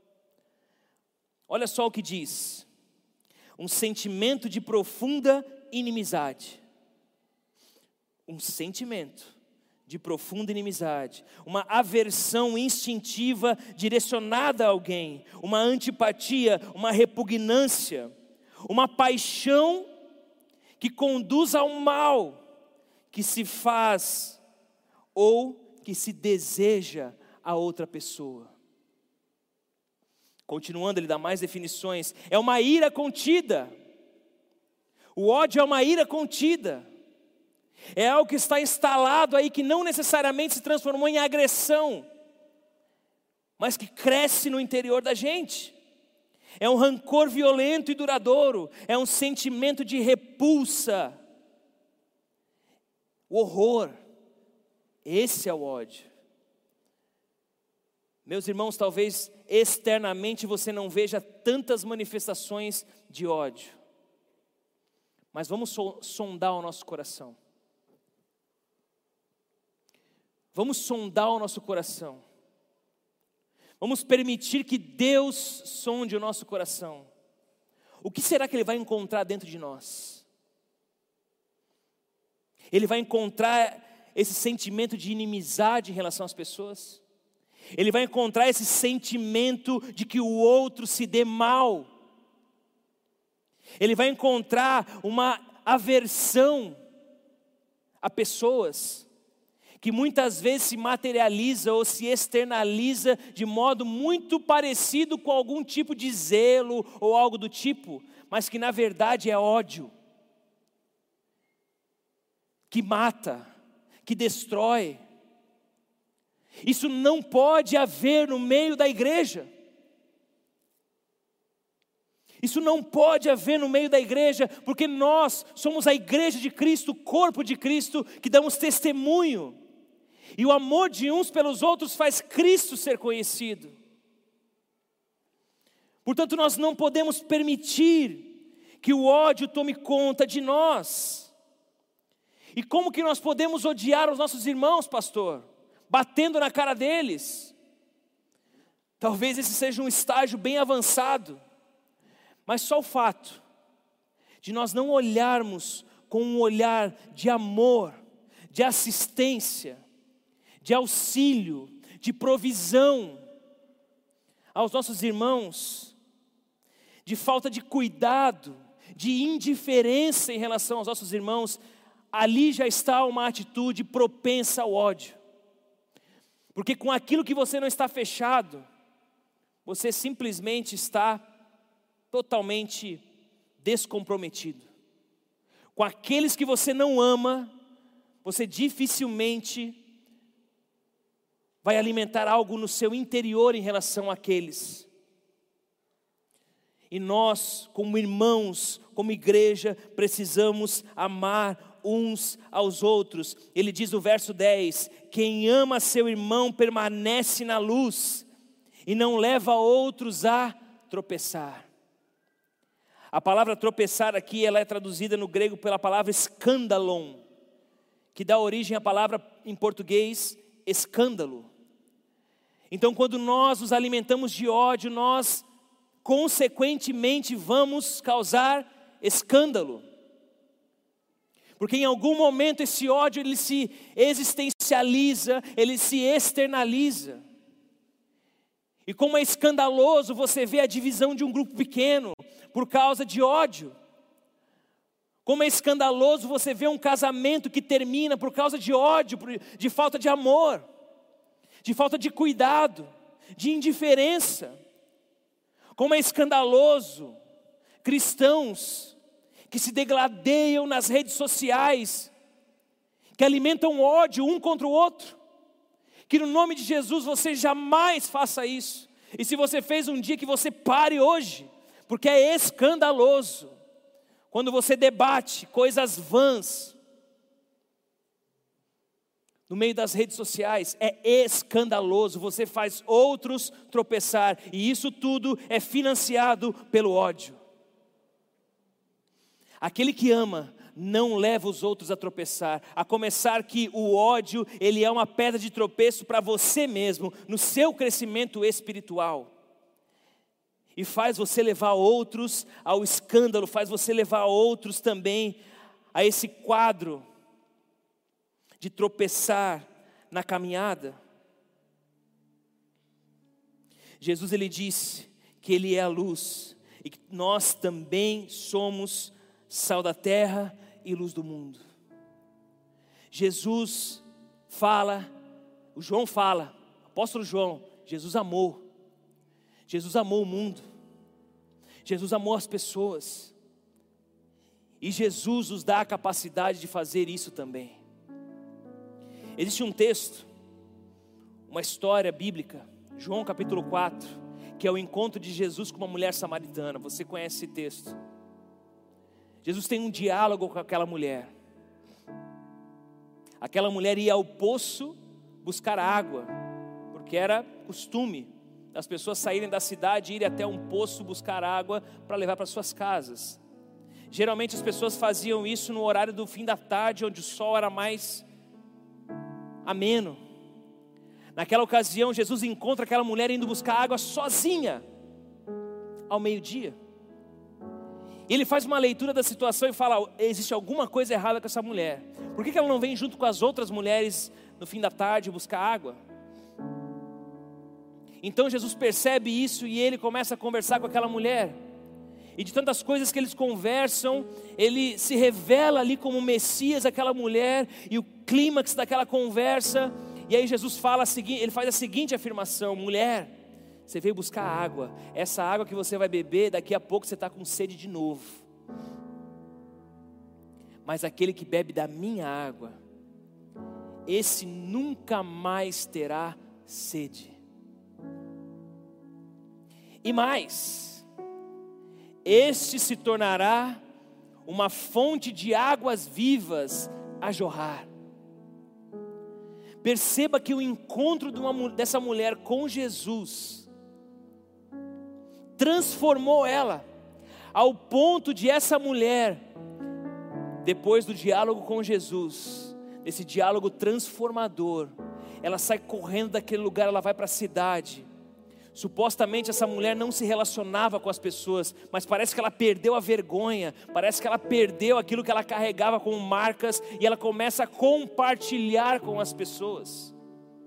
Olha só o que diz: um sentimento de profunda inimizade. Um sentimento de profunda inimizade, uma aversão instintiva direcionada a alguém, uma antipatia, uma repugnância, uma paixão que conduz ao mal, que se faz ou que se deseja a outra pessoa. Continuando, ele dá mais definições. É uma ira contida. O ódio é uma ira contida. É algo que está instalado aí, que não necessariamente se transformou em agressão, mas que cresce no interior da gente. É um rancor violento e duradouro. É um sentimento de repulsa, o horror. Esse é o ódio. Meus irmãos, talvez externamente você não veja tantas manifestações de ódio, mas vamos so- sondar o nosso coração. Vamos sondar o nosso coração. Vamos permitir que Deus sonde o nosso coração. O que será que Ele vai encontrar dentro de nós? Ele vai encontrar esse sentimento de inimizade em relação às pessoas? Ele vai encontrar esse sentimento de que o outro se dê mal? Ele vai encontrar uma aversão a pessoas que muitas vezes se materializa ou se externaliza de modo muito parecido com algum tipo de zelo ou algo do tipo, mas que na verdade é ódio, que mata, que destrói. Isso não pode haver no meio da igreja. Isso não pode haver no meio da igreja, porque nós somos a igreja de Cristo, o corpo de Cristo, que damos testemunho. E o amor de uns pelos outros faz Cristo ser conhecido. Portanto, nós não podemos permitir que o ódio tome conta de nós. E como que nós podemos odiar os nossos irmãos, pastor? Batendo na cara deles? Talvez esse seja um estágio bem avançado. Mas só o fato de nós não olharmos com um olhar de amor, de assistência, de auxílio, de provisão aos nossos irmãos, de falta de cuidado, de indiferença em relação aos nossos irmãos, ali já está uma atitude propensa ao ódio. Porque com aquilo que você não está fechado, você simplesmente está totalmente descomprometido. Com aqueles que você não ama, você dificilmente vai alimentar algo no seu interior em relação àqueles. E nós, como irmãos, como igreja, precisamos amar uns aos outros. Ele diz no verso dez: quem ama seu irmão permanece na luz e não leva outros a tropeçar. A palavra tropeçar aqui, ela é traduzida no grego pela palavra escandalon, que dá origem à palavra em português escândalo. Então, quando nós nos alimentamos de ódio, nós consequentemente vamos causar escândalo. Porque em algum momento esse ódio ele se existencializa, ele se externaliza. E como é escandaloso você ver a divisão de um grupo pequeno por causa de ódio. Como é escandaloso você ver um casamento que termina por causa de ódio, de falta de amor, de falta de cuidado, de indiferença. Como é escandaloso cristãos que se degladeiam nas redes sociais, que alimentam ódio um contra o outro. Que no nome de Jesus você jamais faça isso. E se você fez um dia, que você pare hoje, porque é escandaloso quando você debate coisas vãs no meio das redes sociais. É escandaloso, você faz outros tropeçar, e isso tudo é financiado pelo ódio. Aquele que ama não leva os outros a tropeçar, a começar que o ódio, ele é uma pedra de tropeço para você mesmo, no seu crescimento espiritual. E faz você levar outros ao escândalo, faz você levar outros também a esse quadro de tropeçar na caminhada. Jesus, ele disse que ele é a luz, e que nós também somos sal da terra e luz do mundo. Jesus fala, o João fala, apóstolo João, Jesus amou. Jesus amou o mundo. Jesus amou as pessoas. E Jesus nos dá a capacidade de fazer isso também. Existe um texto, uma história bíblica, João capítulo quatro, que é o encontro de Jesus com uma mulher samaritana. Você conhece esse texto? Jesus tem um diálogo com aquela mulher. Aquela mulher ia ao poço buscar água, porque era costume das pessoas saírem da cidade e irem até um poço buscar água para levar para suas casas. Geralmente as pessoas faziam isso no horário do fim da tarde, onde o sol era mais ameno. Naquela ocasião, Jesus encontra aquela mulher indo buscar água sozinha, ao meio-dia. Ele faz uma leitura da situação e fala: existe alguma coisa errada com essa mulher. Por que ela não vem junto com as outras mulheres no fim da tarde buscar água? Então Jesus percebe isso e ele começa a conversar com aquela mulher. E de tantas coisas que eles conversam, ele se revela ali como Messias, aquela mulher, e o clímax daquela conversa. E aí Jesus fala, ele faz a seguinte afirmação: mulher, você veio buscar água, essa água que você vai beber, daqui a pouco você está com sede de novo. Mas aquele que bebe da minha água, esse nunca mais terá sede. E mais, este se tornará uma fonte de águas vivas a jorrar. Perceba que o encontro de uma, dessa mulher com Jesus transformou ela, ao ponto de essa mulher, depois do diálogo com Jesus, esse diálogo transformador, ela sai correndo daquele lugar, ela vai para a cidade. Supostamente essa mulher não se relacionava com as pessoas, mas parece que ela perdeu a vergonha, parece que ela perdeu aquilo que ela carregava como marcas, e ela começa a compartilhar com as pessoas.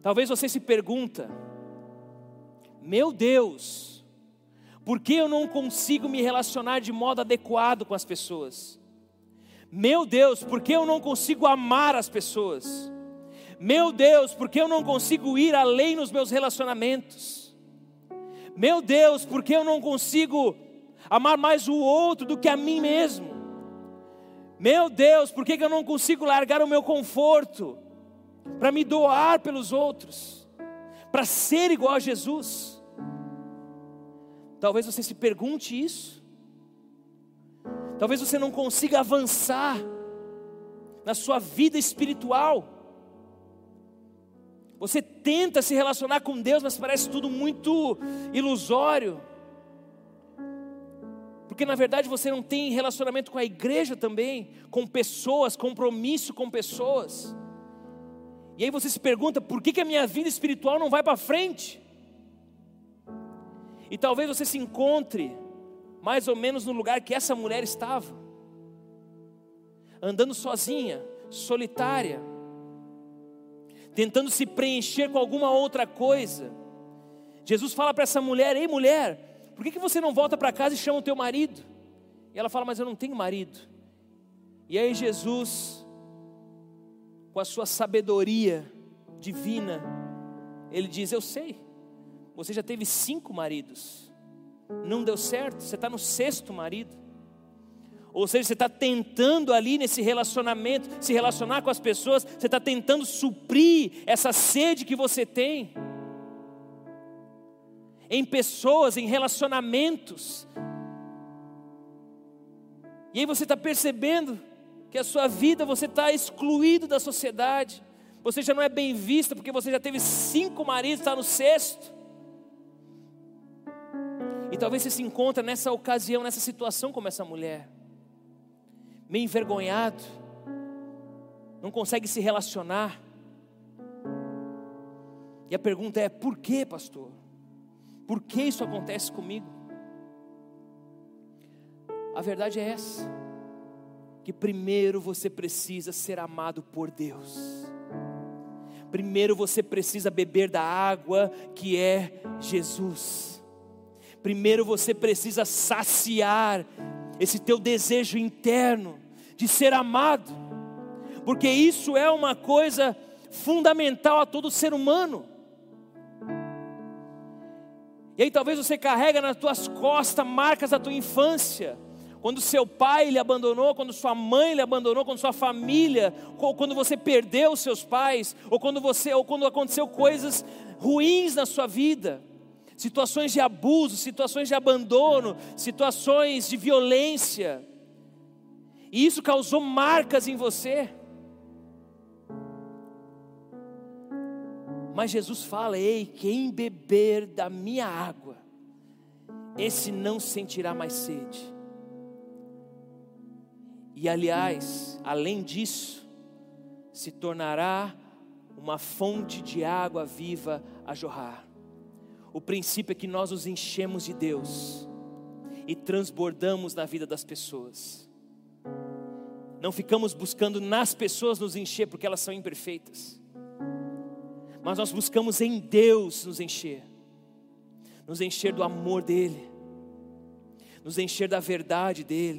Talvez você se pergunta: meu Deus, por que eu não consigo me relacionar de modo adequado com as pessoas? Meu Deus, por que eu não consigo amar as pessoas? Meu Deus, por que eu não consigo ir além nos meus relacionamentos? Meu Deus, por que eu não consigo amar mais o outro do que a mim mesmo? Meu Deus, por que eu não consigo largar o meu conforto para me doar pelos outros, para ser igual a Jesus? Talvez você se pergunte isso. Talvez você não consiga avançar na sua vida espiritual. Você tenta se relacionar com Deus, mas parece tudo muito ilusório. Porque na verdade você não tem relacionamento com a igreja também, com pessoas, compromisso com pessoas. E aí você se pergunta: por que que a minha vida espiritual não vai para frente? E talvez você se encontre mais ou menos no lugar que essa mulher estava, andando sozinha, solitária, tentando se preencher com alguma outra coisa. Jesus fala para essa mulher: ei mulher, por que que você não volta para casa e chama o teu marido? E ela fala: mas eu não tenho marido. E aí Jesus, com a sua sabedoria divina, Ele diz: eu sei, você já teve cinco maridos, não deu certo, você está no sexto marido. Ou seja, você está tentando ali nesse relacionamento, se relacionar com as pessoas, você está tentando suprir essa sede que você tem em pessoas, em relacionamentos. E aí você está percebendo que a sua vida, você está excluído da sociedade, você já não é bem vista, porque você já teve cinco maridos, está no sexto. E talvez você se encontre nessa ocasião, nessa situação como essa mulher, meio envergonhado, não consegue se relacionar. E a pergunta é: por que, pastor? Por que isso acontece comigo? A verdade é essa, que primeiro você precisa ser amado por Deus. Primeiro você precisa beber da água que é Jesus. Primeiro você precisa saciar esse teu desejo interno de ser amado, porque isso é uma coisa fundamental a todo ser humano. E aí talvez você carrega nas tuas costas marcas da tua infância, quando seu pai lhe abandonou, quando sua mãe lhe abandonou, quando sua família, ou quando você perdeu os seus pais, ou quando você, ou quando aconteceu coisas ruins na sua vida. Situações de abuso, situações de abandono, situações de violência. E isso causou marcas em você. Mas Jesus fala: ei, quem beber da minha água, esse não sentirá mais sede. E aliás, além disso, se tornará uma fonte de água viva a jorrar. O princípio é que nós nos enchemos de Deus e transbordamos na vida das pessoas. Não ficamos buscando nas pessoas nos encher porque elas são imperfeitas, mas nós buscamos em Deus nos encher. Nos encher do amor dEle, nos encher da verdade dEle,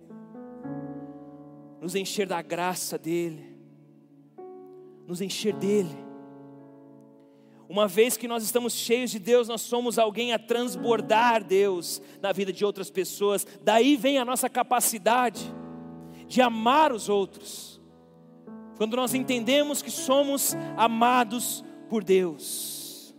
nos encher da graça dEle, nos encher dEle. Uma vez que nós estamos cheios de Deus, nós somos alguém a transbordar Deus na vida de outras pessoas. Daí vem a nossa capacidade de amar os outros, quando nós entendemos que somos amados por Deus.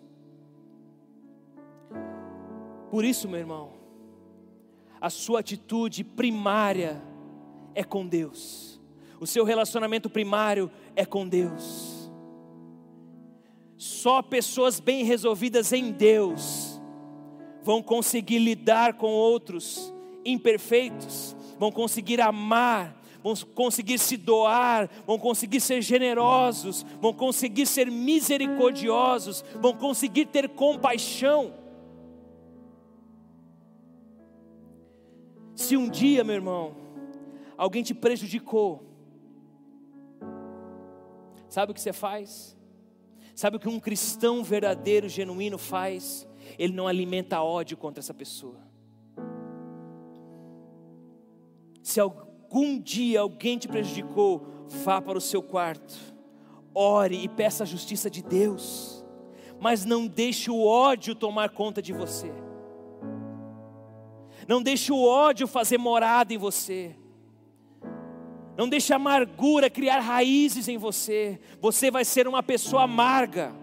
Por isso, meu irmão, a sua atitude primária é com Deus. O seu relacionamento primário é com Deus. Só pessoas bem resolvidas em Deus vão conseguir lidar com outros imperfeitos, vão conseguir amar, vão conseguir se doar, vão conseguir ser generosos, vão conseguir ser misericordiosos, vão conseguir ter compaixão. Se um dia, meu irmão, alguém te prejudicou, sabe o que você faz? Sabe o que um cristão verdadeiro, genuíno faz? Ele não alimenta ódio contra essa pessoa. Se algum dia alguém te prejudicou, vá para o seu quarto, ore e peça a justiça de Deus, mas não deixe o ódio tomar conta de você. Não deixe o ódio fazer morada em você. Não deixe a amargura criar raízes em você. Você vai ser uma pessoa amarga,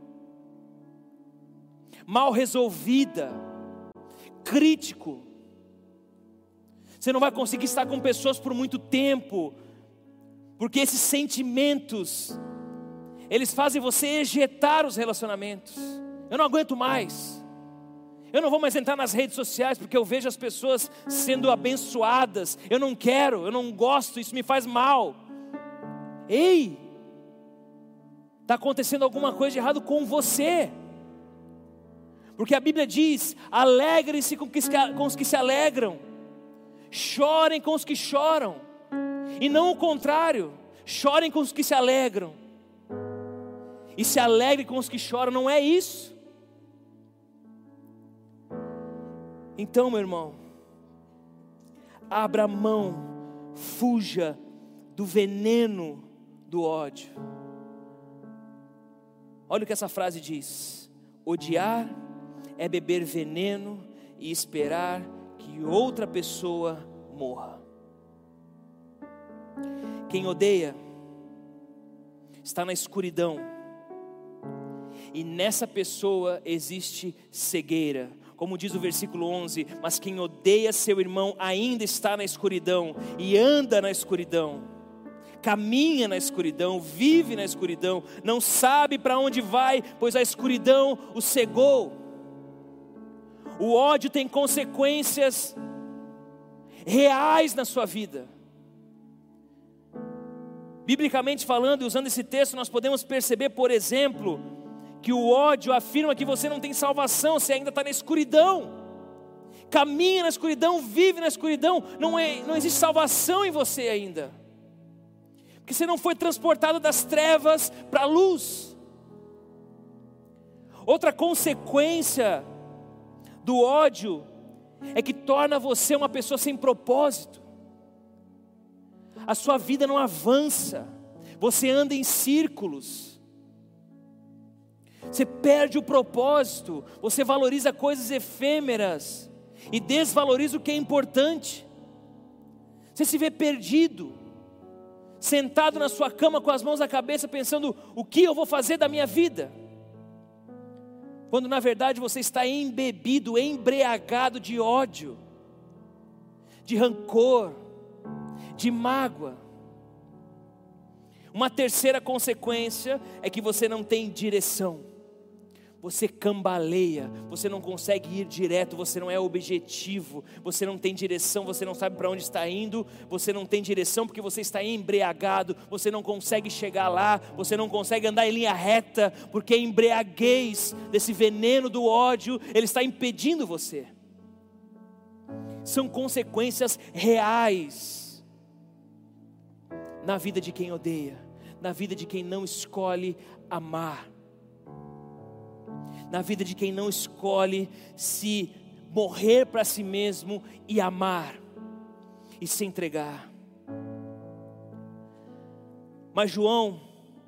mal resolvida, crítico. Você não vai conseguir estar com pessoas por muito tempo, porque esses sentimentos, eles fazem você ejetar os relacionamentos. Eu não aguento mais. Eu não vou mais entrar nas redes sociais, porque eu vejo as pessoas sendo abençoadas. Eu não quero, eu não gosto, isso me faz mal. Ei, está acontecendo alguma coisa de errado com você. Porque a Bíblia diz: alegrem-se com, com os que se alegram, chorem com os que choram, e não o contrário, chorem com os que se alegram, e se alegrem com os que choram. Não é isso. Então, meu irmão, abra mão, fuja do veneno do ódio. Olha o que essa frase diz: odiar é beber veneno e esperar que outra pessoa morra. Quem odeia está na escuridão, e nessa pessoa existe cegueira. Como diz o versículo onze: mas quem odeia seu irmão ainda está na escuridão, e anda na escuridão, caminha na escuridão, vive na escuridão, não sabe para onde vai, pois a escuridão o cegou. O ódio tem consequências reais na sua vida. Biblicamente falando, e usando esse texto, nós podemos perceber, por exemplo, que o ódio afirma que você não tem salvação, você ainda está na escuridão, caminha na escuridão, vive na escuridão, não, é, não existe salvação em você ainda, porque você não foi transportado das trevas para a luz. Outra consequência do ódio é que torna você uma pessoa sem propósito. A sua vida não avança, você anda em círculos, você perde o propósito, você valoriza coisas efêmeras e desvaloriza o que é importante. Você se vê perdido, sentado na sua cama com as mãos na cabeça, pensando: o que eu vou fazer da minha vida? Quando na verdade você está embebido, embriagado de ódio, de rancor, de mágoa. Uma terceira consequência é que você não tem direção. Você cambaleia, você não consegue ir direto, você não é objetivo, você não tem direção, você não sabe para onde está indo, você não tem direção porque você está embriagado, você não consegue chegar lá, você não consegue andar em linha reta, porque a embriaguez desse veneno do ódio, ele está impedindo você. São consequências reais na vida de quem odeia, na vida de quem não escolhe amar, na vida de quem não escolhe se morrer para si mesmo e amar e se entregar. Mas João,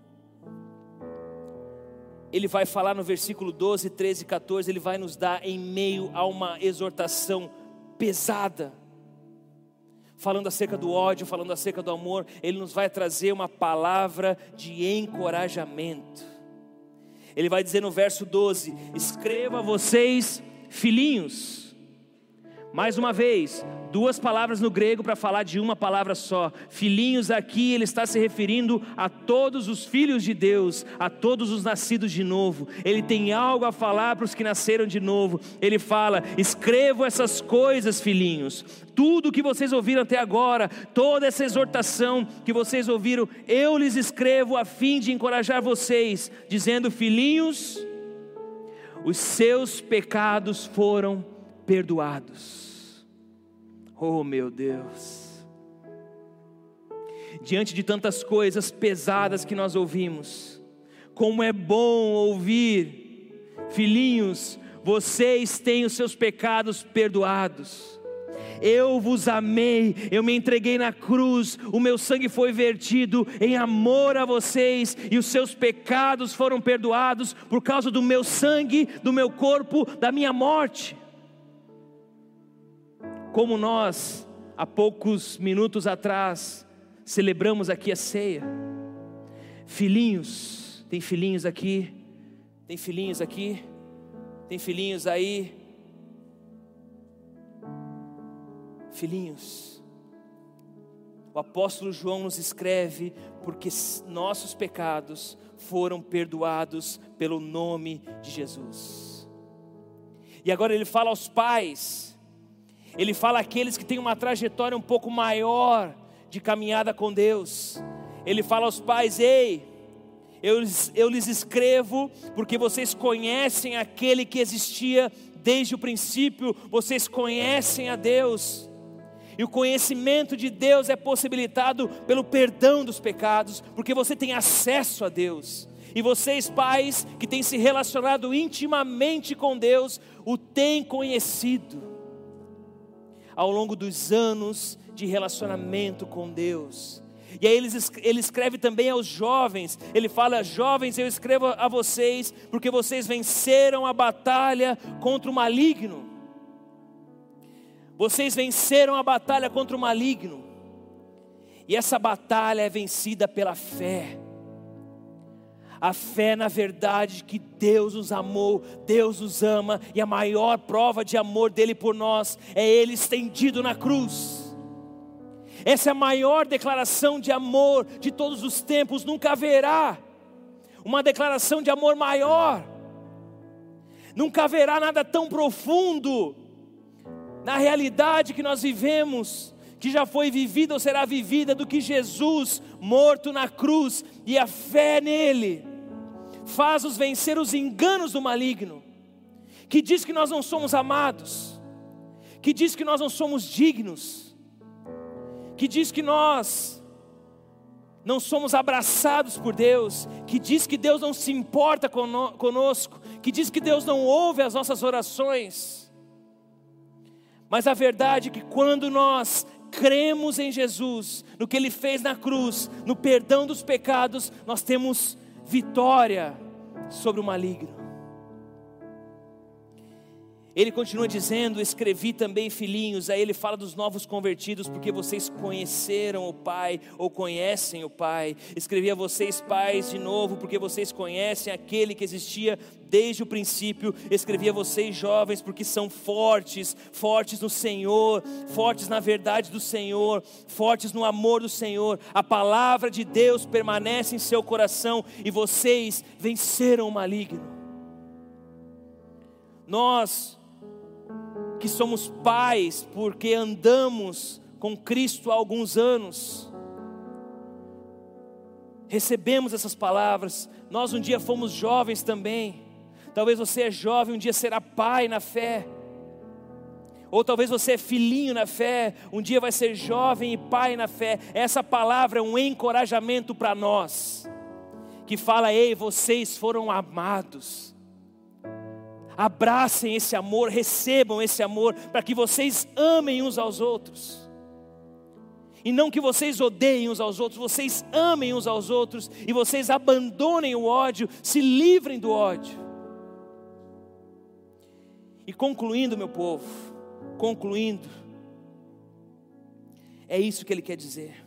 ele vai falar no versículo doze, treze e quatorze, ele vai nos dar em meio a uma exortação pesada, falando acerca do ódio, falando acerca do amor, ele nos vai trazer uma palavra de encorajamento. Ele vai dizer no verso doze: escreva a vocês, filhinhos. Mais uma vez, duas palavras no grego para falar de uma palavra só. Filhinhos, aqui ele está se referindo a todos os filhos de Deus, a todos os nascidos de novo. Ele tem algo a falar para os que nasceram de novo. Ele fala: escrevo essas coisas, filhinhos. Tudo que vocês ouviram até agora, toda essa exortação que vocês ouviram, eu lhes escrevo a fim de encorajar vocês, dizendo: filhinhos, os seus pecados foram perdoados. Oh meu Deus, diante de tantas coisas pesadas que nós ouvimos, como é bom ouvir: filhinhos, vocês têm os seus pecados perdoados. Eu vos amei, eu me entreguei na cruz, o meu sangue foi vertido em amor a vocês, e os seus pecados foram perdoados por causa do meu sangue, do meu corpo, da minha morte. Como nós, há poucos minutos atrás, celebramos aqui a ceia. Filhinhos, tem filhinhos aqui? Tem filhinhos aqui? Tem filhinhos aí? Filhinhos, o apóstolo João nos escreve porque nossos pecados foram perdoados pelo nome de Jesus. E agora ele fala aos pais, ele fala àqueles que têm uma trajetória um pouco maior de caminhada com Deus. Ele fala aos pais: ei, eu, eu lhes escrevo porque vocês conhecem aquele que existia desde o princípio, vocês conhecem a Deus. E o conhecimento de Deus é possibilitado pelo perdão dos pecados, porque você tem acesso a Deus. E vocês, pais, que têm se relacionado intimamente com Deus, o têm conhecido ao longo dos anos de relacionamento com Deus. E aí ele, ele escreve também aos jovens, ele fala: jovens, eu escrevo a vocês, porque vocês venceram a batalha contra o maligno. Vocês venceram a batalha contra o maligno, e essa batalha é vencida pela fé. A fé na verdade que Deus nos amou, Deus nos ama, e a maior prova de amor dele por nós é ele estendido na cruz. Essa é a maior declaração de amor de todos os tempos. Nunca haverá uma declaração de amor maior, nunca haverá nada tão profundo na realidade que nós vivemos, que já foi vivida ou será vivida, do que Jesus morto na cruz. E a fé nele faz-nos vencer os enganos do maligno, que diz que nós não somos amados, que diz que nós não somos dignos, que diz que nós não somos abraçados por Deus, que diz que Deus não se importa conosco, que diz que Deus não ouve as nossas orações. Mas a verdade é que quando nós cremos em Jesus, no que Ele fez na cruz, no perdão dos pecados, nós temos vitória sobre o maligno. Ele continua dizendo: escrevi também, filhinhos. Aí ele fala dos novos convertidos, porque vocês conheceram o Pai, ou conhecem o Pai. Escrevi a vocês, pais, de novo, porque vocês conhecem aquele que existia desde o princípio. Escrevi a vocês, jovens, porque são fortes, fortes no Senhor, fortes na verdade do Senhor, fortes no amor do Senhor. A palavra de Deus permanece em seu coração, e vocês venceram o maligno. Nós que somos pais porque andamos com Cristo há alguns anos, recebemos essas palavras. Nós um dia fomos jovens também. Talvez você é jovem, um dia será pai na fé. Ou talvez você é filhinho na fé, um dia vai ser jovem e pai na fé. Essa palavra é um encorajamento para nós, que fala: ei, vocês foram amados. Abracem esse amor, recebam esse amor, para que vocês amem uns aos outros. E não que vocês odeiem uns aos outros, vocês amem uns aos outros, e vocês abandonem o ódio, se livrem do ódio. E concluindo, meu povo, concluindo, é isso que ele quer dizer: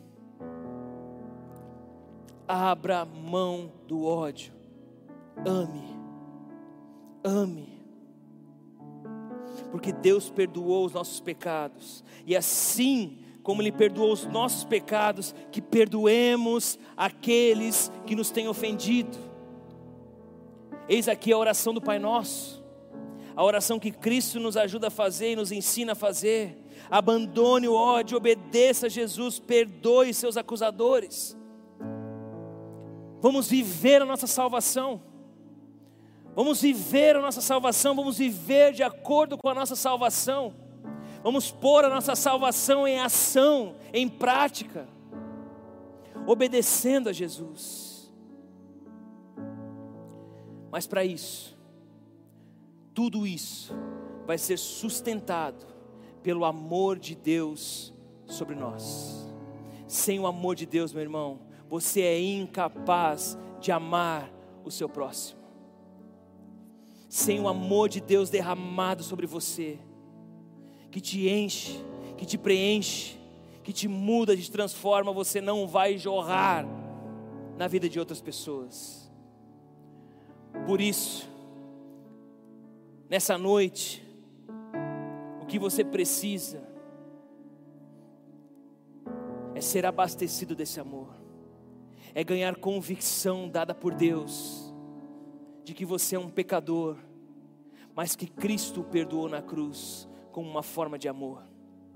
abra mão do ódio, ame, ame. Porque Deus perdoou os nossos pecados, e assim como Ele perdoou os nossos pecados, que perdoemos aqueles que nos têm ofendido. Eis aqui a oração do Pai Nosso, a oração que Cristo nos ajuda a fazer e nos ensina a fazer. Abandone o ódio, obedeça a Jesus, perdoe seus acusadores. Vamos viver a nossa salvação. Vamos viver a nossa salvação, vamos viver de acordo com a nossa salvação. Vamos pôr a nossa salvação em ação, em prática, obedecendo a Jesus. Mas para isso, tudo isso vai ser sustentado pelo amor de Deus sobre nós. Sem o amor de Deus, meu irmão, você é incapaz de amar o seu próximo. Sem o amor de Deus derramado sobre você, que te enche, que te preenche, que te muda, te transforma, você não vai jorrar na vida de outras pessoas. Por isso, nessa noite, o que você precisa é ser abastecido desse amor, é ganhar convicção dada por Deus, de que você é um pecador, mas que Cristo o perdoou na cruz, como uma forma de amor,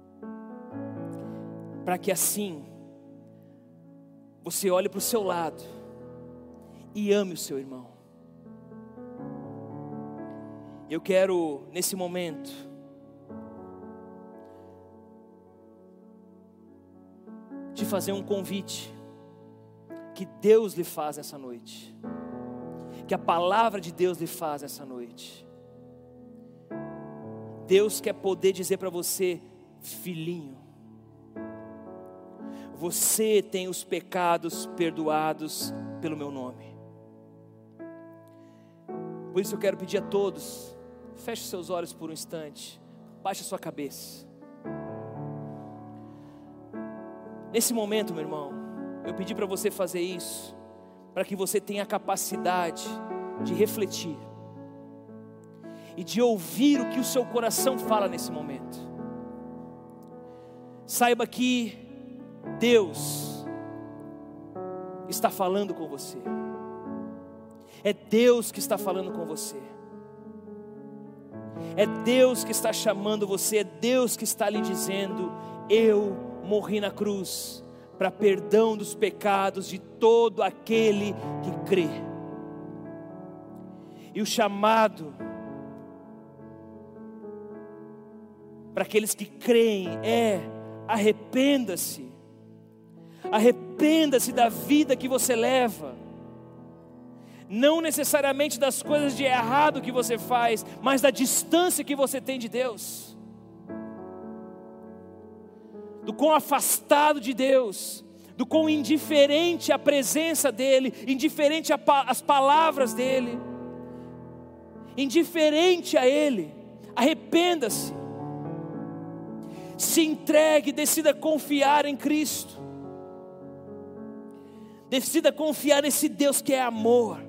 para que assim, você olhe para o seu lado, e ame o seu irmão. Eu quero, nesse momento, te fazer um convite, que Deus lhe faz essa noite, que a palavra de Deus lhe faz essa noite. Deus quer poder dizer para você: filhinho, você tem os pecados perdoados pelo meu nome. Por isso eu quero pedir a todos, feche seus olhos por um instante, baixe a sua cabeça. Nesse momento, meu irmão, eu pedi para você fazer isso, para que você tenha a capacidade de refletir e de ouvir o que o seu coração fala nesse momento. Saiba que Deus está falando com você. É Deus que está falando com você. É Deus que está chamando você. É Deus que está lhe dizendo: eu morri na cruz para perdão dos pecados de todo aquele que crê. E o chamado para aqueles que creem é: arrependa-se. Arrependa-se da vida que você leva. Não necessariamente das coisas de errado que você faz, mas da distância que você tem de Deus, do quão afastado de Deus, do quão indiferente à presença dEle, indiferente às palavras dEle, indiferente a Ele. Arrependa-se, se entregue, decida confiar em Cristo, decida confiar nesse Deus que é amor.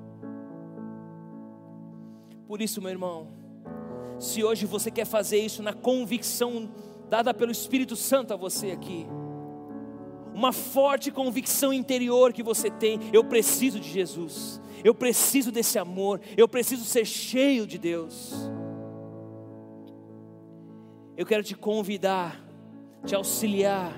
Por isso, meu irmão, se hoje você quer fazer isso na convicção dada pelo Espírito Santo a você aqui, uma forte convicção interior que você tem: eu preciso de Jesus, eu preciso desse amor, eu preciso ser cheio de Deus. Eu quero te convidar, te auxiliar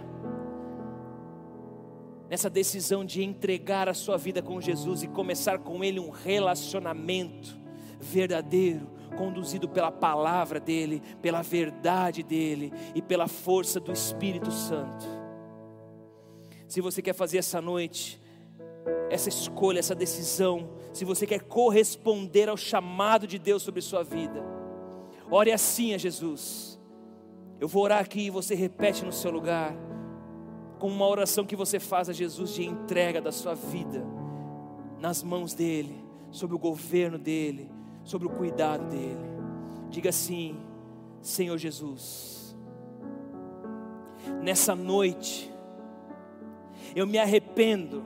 nessa decisão de entregar a sua vida com Jesus e começar com Ele um relacionamento verdadeiro, conduzido pela palavra dEle, pela verdade dEle e pela força do Espírito Santo. Se você quer fazer essa noite essa escolha, essa decisão, se você quer corresponder ao chamado de Deus sobre sua vida, ore assim a Jesus. Eu vou orar aqui e você repete no seu lugar, com uma oração que você faz a Jesus de entrega da sua vida nas mãos dEle, sob o governo dEle, sobre o cuidado dEle. Diga assim: Senhor Jesus, nessa noite eu me arrependo,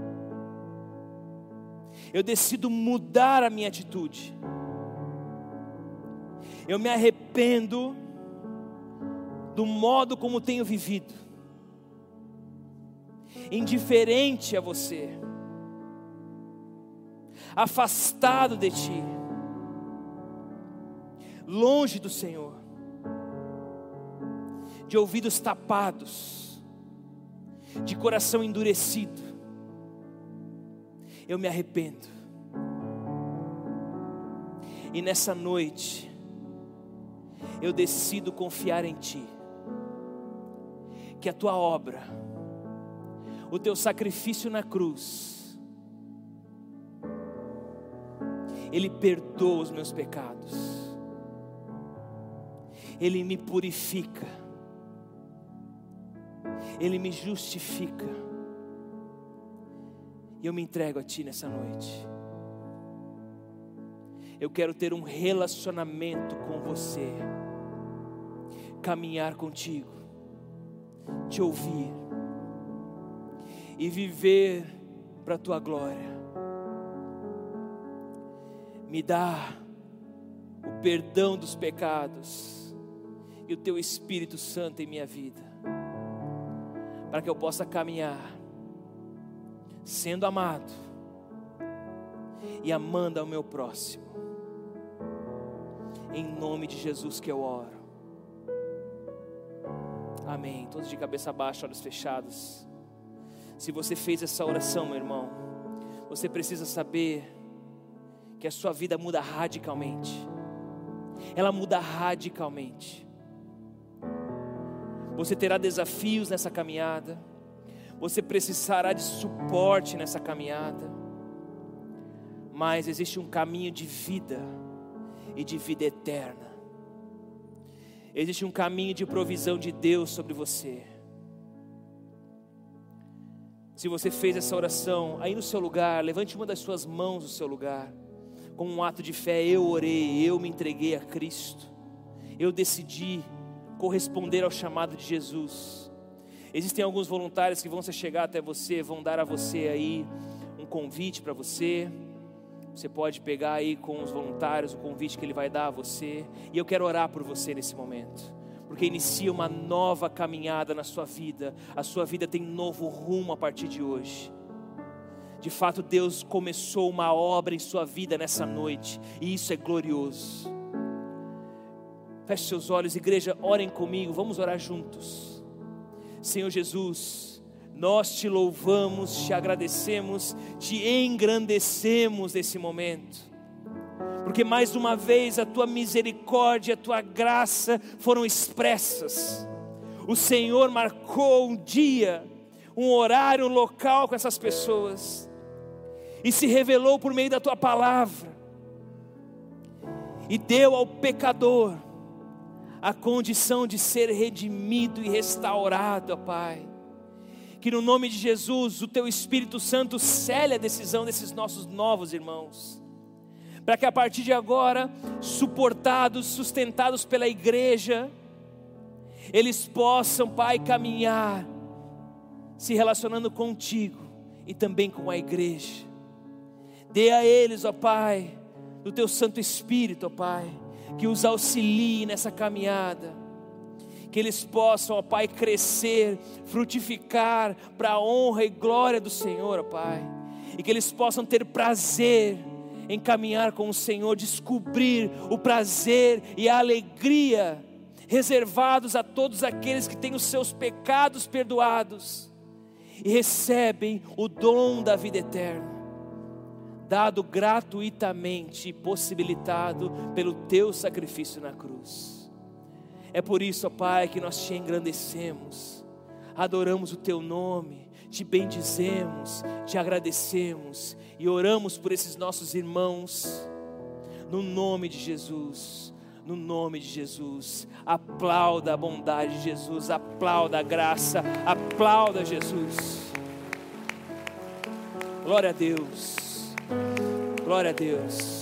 eu decido mudar a minha atitude, eu me arrependo do modo como tenho vivido, indiferente a você, afastado de Ti, longe do Senhor, de ouvidos tapados, de coração endurecido. Eu me arrependo. E nessa noite eu decido confiar em Ti, que a Tua obra, o Teu sacrifício na cruz, Ele perdoa os meus pecados, Ele me purifica, Ele me justifica, e eu me entrego a Ti nessa noite. Eu quero ter um relacionamento com Você, caminhar contigo, Te ouvir e viver para a Tua glória. Me dá o perdão dos pecados e o Teu Espírito Santo em minha vida, para que eu possa caminhar sendo amado e amando ao meu próximo. Em nome de Jesus que eu oro. Amém. Todos de cabeça baixa, olhos fechados. Se você fez essa oração, meu irmão, você precisa saber que a sua vida muda radicalmente. Ela muda radicalmente. Você terá desafios nessa caminhada. Você precisará de suporte nessa caminhada. Mas existe um caminho de vida e de vida eterna. Existe um caminho de provisão de Deus sobre você. Se você fez essa oração, aí no seu lugar, levante uma das suas mãos no seu lugar. Com um ato de fé, eu orei, eu me entreguei a Cristo. Eu decidi corresponder ao chamado de Jesus. Existem alguns voluntários que vão se chegar até você, vão dar a você aí um convite para você. Você pode pegar aí com os voluntários o convite que ele vai dar a você. E eu quero orar por você nesse momento, porque inicia uma nova caminhada na sua vida. A sua vida tem novo rumo a partir de hoje. De fato, Deus começou uma obra em sua vida nessa noite, e isso é glorioso. Feche seus olhos, igreja, orem comigo, vamos orar juntos. Senhor Jesus, nós te louvamos, te agradecemos, te engrandecemos nesse momento, porque mais uma vez a tua misericórdia, a tua graça foram expressas. O Senhor marcou um dia, um horário, um local com essas pessoas, e se revelou por meio da tua palavra, e deu ao pecador a condição de ser redimido e restaurado, ó Pai. Que no nome de Jesus, o Teu Espírito Santo cele a decisão desses nossos novos irmãos, para que a partir de agora, suportados, sustentados pela igreja, eles possam, Pai, caminhar, se relacionando contigo e também com a igreja. Dê a eles, ó Pai, do Teu Santo Espírito, ó Pai, que os auxilie nessa caminhada, que eles possam, ó Pai, crescer, frutificar para a honra e glória do Senhor, ó Pai, e que eles possam ter prazer em caminhar com o Senhor, descobrir o prazer e a alegria reservados a todos aqueles que têm os seus pecados perdoados e recebem o dom da vida eterna, dado gratuitamente e possibilitado pelo Teu sacrifício na cruz. É por isso, ó Pai, que nós te engrandecemos, adoramos o Teu nome, te bendizemos, te agradecemos e oramos por esses nossos irmãos, no nome de Jesus, no nome de Jesus. Aplauda a bondade de Jesus, aplauda a graça, aplauda Jesus. Glória a Deus. Glória a Deus.